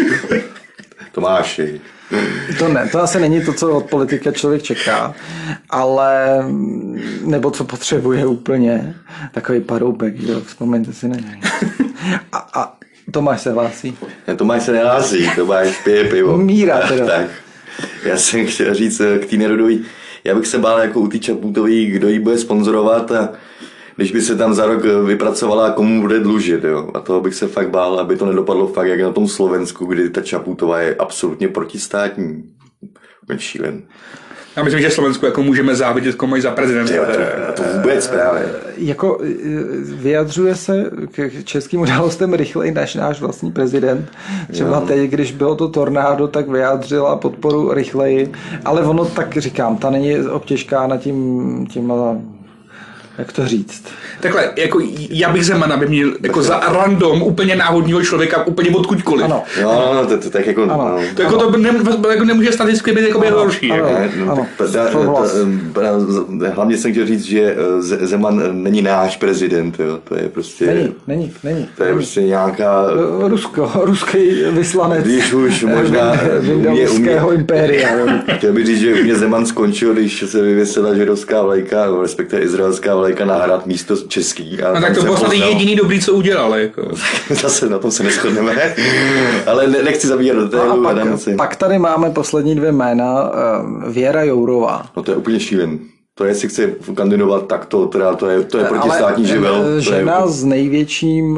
Tomáši. To ne, to asi není to, co od politika člověk čeká, ale nebo co potřebuje úplně. Takový paroubek, že vzpomeňte si na něj. A, a Tomáš se hlásí. Ne, Tomáš se nehlásí, Tomáš pije pivo. Míra teda. Tak, já jsem chtěl říct k té Nerudový, já bych se bál jako u té Čaputový, kdo jí bude sponzorovat a když by se tam za rok vypracovala, komu bude dlužit, jo. A toho bych se fakt bál, aby to nedopadlo fakt jak na tom Slovensku, kdy ta Čaputová je absolutně protistátní. Šílen. Já myslím, že Slovensku jako můžeme závidět, komu mají za prezidenta. To, to vůbec právě. Jako vyjadřuje se k českým událostem rychleji než náš vlastní prezident. Třeba jo. Teď, když bylo to tornádo, tak vyjádřila podporu rychleji. Ale ono, tak říkám, ta není obtěžkána tím, tím jak to říct? Takhle, jako já bych Zemana by měl jako za random úplně náhodního člověka úplně odkudkoliv. Ano. Jo, no, to, to tak jako... Ano. No. To jako to ne, jako nemůže statisticky být jako horší. Ano, jako. ano, ano. Da, to, hlavně jsem chtěl říct, že Zeman není náš prezident, jo. To je prostě... Není, není, není. To je prostě nějaká... Rusko, ruský vyslanec. Když už možná... Vindovského impéria. Chtěl bych říct, že u mě Zeman skončil, když se vyvěsila židovská vlajka, respektive izraelská vlajka na hrad místo český. A no tak to bylo snad jediný dobrý, co udělal. Jako. Zase na tom se neshodneme, ale ne, nechci zabíhat do téhle. No pak, pak tady máme poslední dvě jména. Věra Jourová. No to je úplně šílen. To jestli chce kandidovat takto, teda to je, to je protistátní živel. Žena je... s největším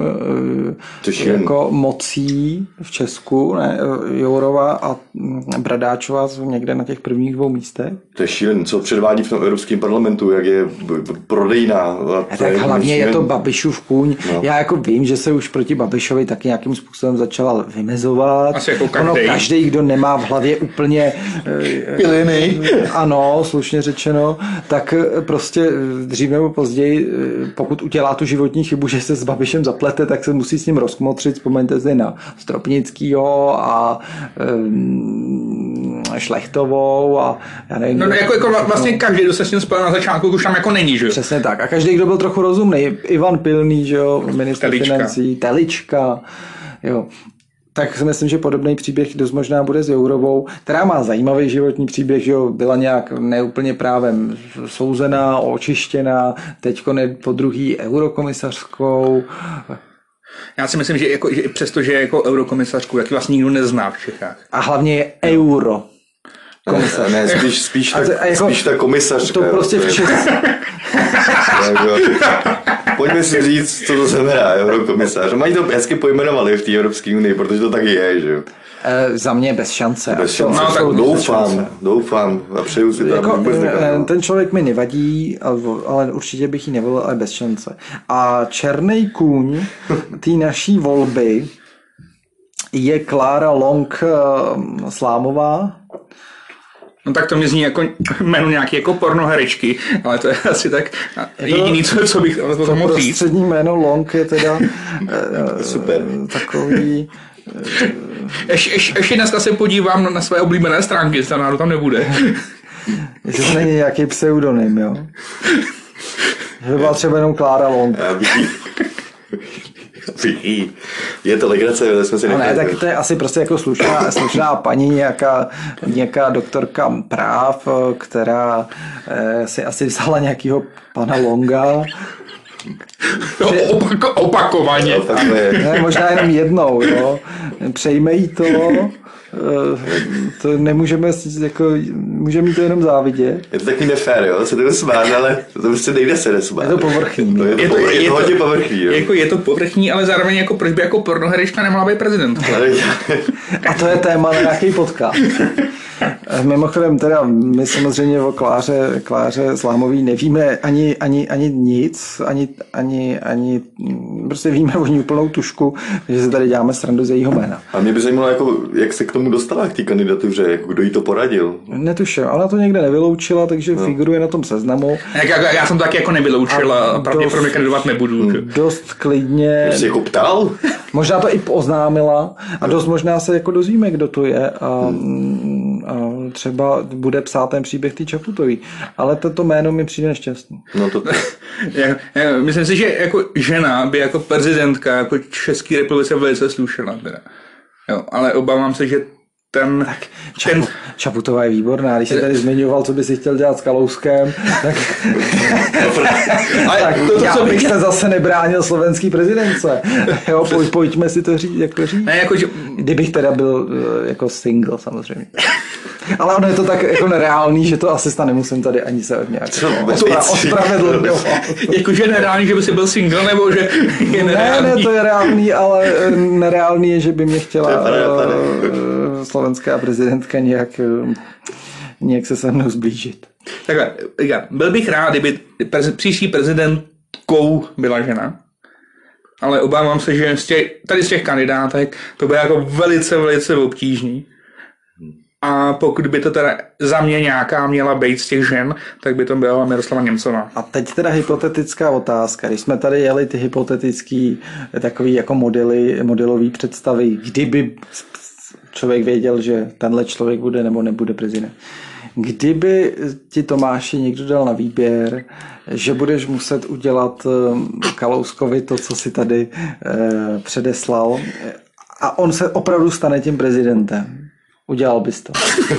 jako mocí v Česku, ne, Jourová a Bradáčová jsou někde na těch prvních dvou místech. To je šílen, co předvádí v tom Evropském parlamentu, jak je prodejná. A tak je hlavně je to Babišův kůň. No. Já jako vím, že se už proti Babišovi taky nějakým způsobem začala vymezovat. Asi jako ono, každý, kdo nemá v hlavě úplně piliny. Ano, slušně řečeno, tak prostě dřív nebo později, pokud udělá tu životní chybu, že se s Babišem zaplete, tak se musí s ním rozkmotřit. Vzpomeňte si na Stropnickýho a um, Šlechtovou a já nevím. No, no jako, jako vlastně každý, kdo se s ním spojil na začátku, už tam jako není, že jo? Přesně tak. A každý, kdo byl trochu rozumný, Ivan Pilný, že jo, ministr Telička. financí, Telička, jo. Tak si myslím, že podobný příběh dost možná bude s Jourovou, která má zajímavý životní příběh, že jo, byla nějak neúplně právem souzená, očištěná, teďko ne po druhý eurokomisařskou. Já si myslím, že, jako, že přesto, že je jako eurokomisařku, jak vlastně nikdo nezná v Čechách. A hlavně je euro. Komisař. Ne, spíš, spíš, ta, jako, spíš ta komisařka. To prostě v Česku. Pojďme si říct, co to znamená eurokomisař. Mají to hezky pojmenovali v té Evropské unii, protože to tak je, že jo. E, za mě bez šance. Bez šance. No, tak doufám, šance. doufám a přeju si to, jako, vůbec nekazal. Ten člověk mi nevadí, ale určitě bych ji nevolil, ale bez šance. A černý kůň té naší volby je Klára Long Slámová. No tak to mi zní jako jméno nějaký jako pornoherečky, ale to je asi tak jediný, co, co bych to, to mohl říct. Prostřední jméno Long je teda super. Takový... Ještě ješ, ještě dneska se podívám na, na své oblíbené stránky, to tam nebude. Že to není nějaký pseudonym, jo? Že byla třeba jenom Klára Long. Je to legrace, ale jsme si no ne, tak to je asi prostě jako slušná, slušná paní, nějaká, nějaká doktorka práv, která eh, si asi vzala nějakého pana Longa. No, opak, opakovaně. Ne, možná jenom jednou, jo. Přejme jí to, to nemůžeme, jako, můžeme jí to jenom závidět. Je to taky nefér, jo, se to smát, ale to prostě nejde se nesmát. Je to povrchní. No, je, to, je, to, je, to, je to hodně povrchní, jo. Jako je to povrchní, ale zároveň jako proč by jako pornoherečka nemohla být prezidentka. A to je téma na nějaký podcast. Mimochodem teda my samozřejmě o Kláře, Kláře Zlámový nevíme ani, ani, ani nic, ani, ani, ani prostě víme o ní úplnou tušku, že se tady děláme srandu z jejího jména. A mě by zajímalo, jako, jak se k tomu dostala k té kandidatuře, jako, kdo jí to poradil. Netuším, ona to někde nevyloučila, takže no. Figuruje na tom seznamu. Já, já jsem to taky jako nevyloučila a pravděpodobně kandidovat nebudu. Dost klidně. Jsi jako ptal? Možná to i oznámila a dost možná se jako dozvíme, kdo to je a, hmm. a třeba bude psát ten příběh té Čaputový. Ale toto jméno mi přijde nešťastný. No to já, já, myslím si, že jako žena by jako prezidentka jako České republice velice slušela. Teda. Jo, ale obávám se, že ten... Tak, Čapu, ten... Čaputová je výborná. Když jsi tady zmiňoval, co by si chtěl dělat s Kalouskem, tak, ale tak to, to, já co bych by... se zase nebránil slovenský prezidence. Jo, pojď, pojďme si to říct, jak to říct. Ne, jako, že... Kdybych teda byl jako single, samozřejmě. Ale ono je to tak jako nereálný, že to asi nemusím tady ani se od nějak ospravedlňovat. Jakože nereálný, že by si byl single, nebo že je nereálný? Ne, ne, to je reálný, ale nereálný je, že by mě chtěla uh, slovenská prezidentka nějak, uh, nějak se se mnou zblížit. Takhle, byl bych rád, kdyby prez, příští prezidentkou byla žena, ale obávám se, že z těch, tady z těch kandidátek to bude jako velice, velice obtížný. A pokud by to teda za mě nějaká měla být z těch žen, tak by to byla Miroslava Němcová. A teď teda hypotetická otázka. Když jsme tady jeli ty hypotetický takový jako modely, modelový představy, kdyby člověk věděl, že tenhle člověk bude nebo nebude prezident. Kdyby ti Tomáši někdo dal na výběr, že budeš muset udělat Kalouskovi to, co si tady eh, předeslal, a on se opravdu stane tím prezidentem, udělal bys to.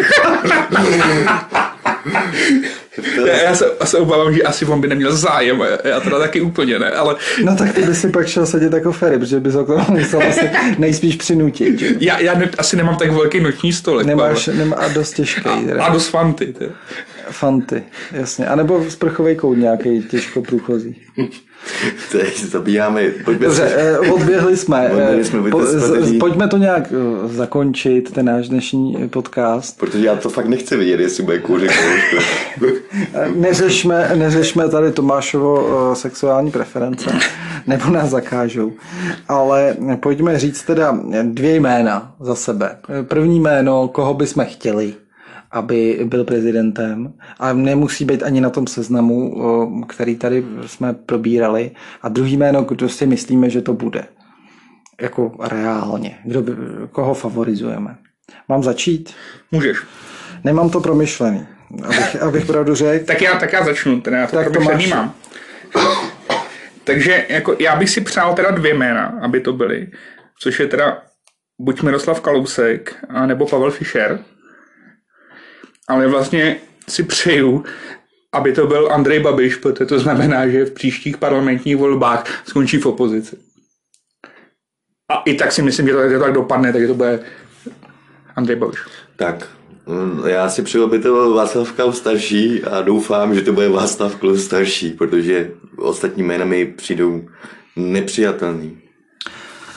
já, já, se, já se obávám, že asi on by neměl zájem, já teda taky úplně ne, ale... No tak ty by si pak šel sedět jako Ferry, protože bys ho k tomu musel asi nejspíš přinutit. Že? Já, já ne, asi nemám tak velký noční stolek. Nemáš, nemá, a dost těžký. A, a dost fanty. Teda. Fanty, jasně. A nebo sprchovej kout nějaký těžko průchozí. Teď zabíjáme. Pojďme Dobře, se... odběhli jsme. Odběhli jsme po, z, pojďme to nějak zakončit, ten náš dnešní podcast. Protože já to fakt nechci vidět, jestli bude kouřit. neřešme, neřešme tady Tomášovo sexuální preference, nebo nás zakážou. Ale pojďme říct teda dvě jména za sebe. První jméno, koho bychom chtěli, aby byl prezidentem, a nemusí být ani na tom seznamu, který tady jsme probírali. A druhý jméno, kdo si myslíme, že to bude. Jako reálně. Kdo by, koho favorizujeme. Mám začít? Můžeš. Nemám to promyšlený, abych, abych pravdu řekl. Tak já, tak já začnu, teda já to tak promyšlený to mám. Takže jako já bych si přál teda dvě jména, aby to byly, což je teda buď Miroslav Kalousek, nebo Pavel Fischer. Ale vlastně si přeju, aby to byl Andrej Babiš, protože to znamená, že v příštích parlamentních volbách skončí v opozici. A i tak si myslím, že to, že to tak dopadne, takže to bude Andrej Babiš. Tak, já si přeju, aby to byl Václav Klaus starší a doufám, že to bude Václav Klaus starší, protože ostatní jména mi přijdou nepřijatelný.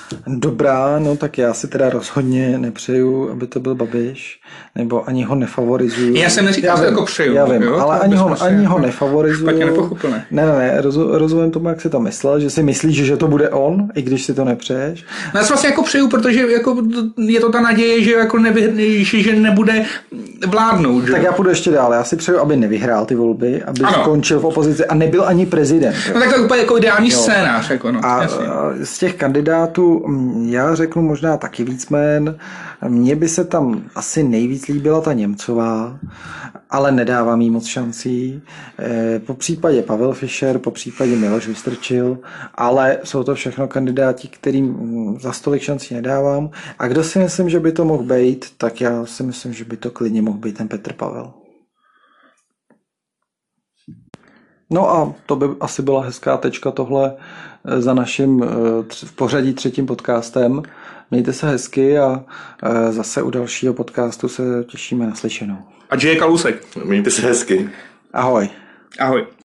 Dobrá, no tak já si teda rozhodně nepřeju, aby to byl Babiš, nebo ani ho nefavorizuju. Já jsem neříkal, že jako přeju. Já vím, jo, ale ani ho, ani ho nefavorizuju. Špatně nepochopil, ne? Ne, ne, ne, roz, rozumím tomu, jak si to myslel, že si myslíš, že to bude on, i když si to nepřeješ. No já si vlastně jako přeju, protože jako je to ta naděje, že, jako nevy, že nebude vládnout. Že? Tak já půjdu ještě dál. Já si přeju, aby nevyhrál ty volby, aby ano. skončil v opozici a nebyl ani prezident. Jo. No tak to je úplně jako ideální jo. scénář. Jako no, a jasně. Z těch kandidátů já řeknu možná taky víc jmén. Mně by se tam asi nejvíc líbila ta Němcová, ale nedávám jí moc šancí. Po případě Pavel Fischer, po případě Miloš Vystrčil, ale jsou to všechno kandidáti, kterým za stolik šancí nedávám. A kdo si myslím, že by to mohl být, tak já si myslím, že by to klidně mohl být ten Petr Pavel. No a to by asi byla hezká tečka tohle za naším v pořadí třetím podcastem. Mějte se hezky a zase u dalšího podcastu se těšíme na slyšenou. A J. Kalousek. Mějte se hezky. Ahoj. Ahoj.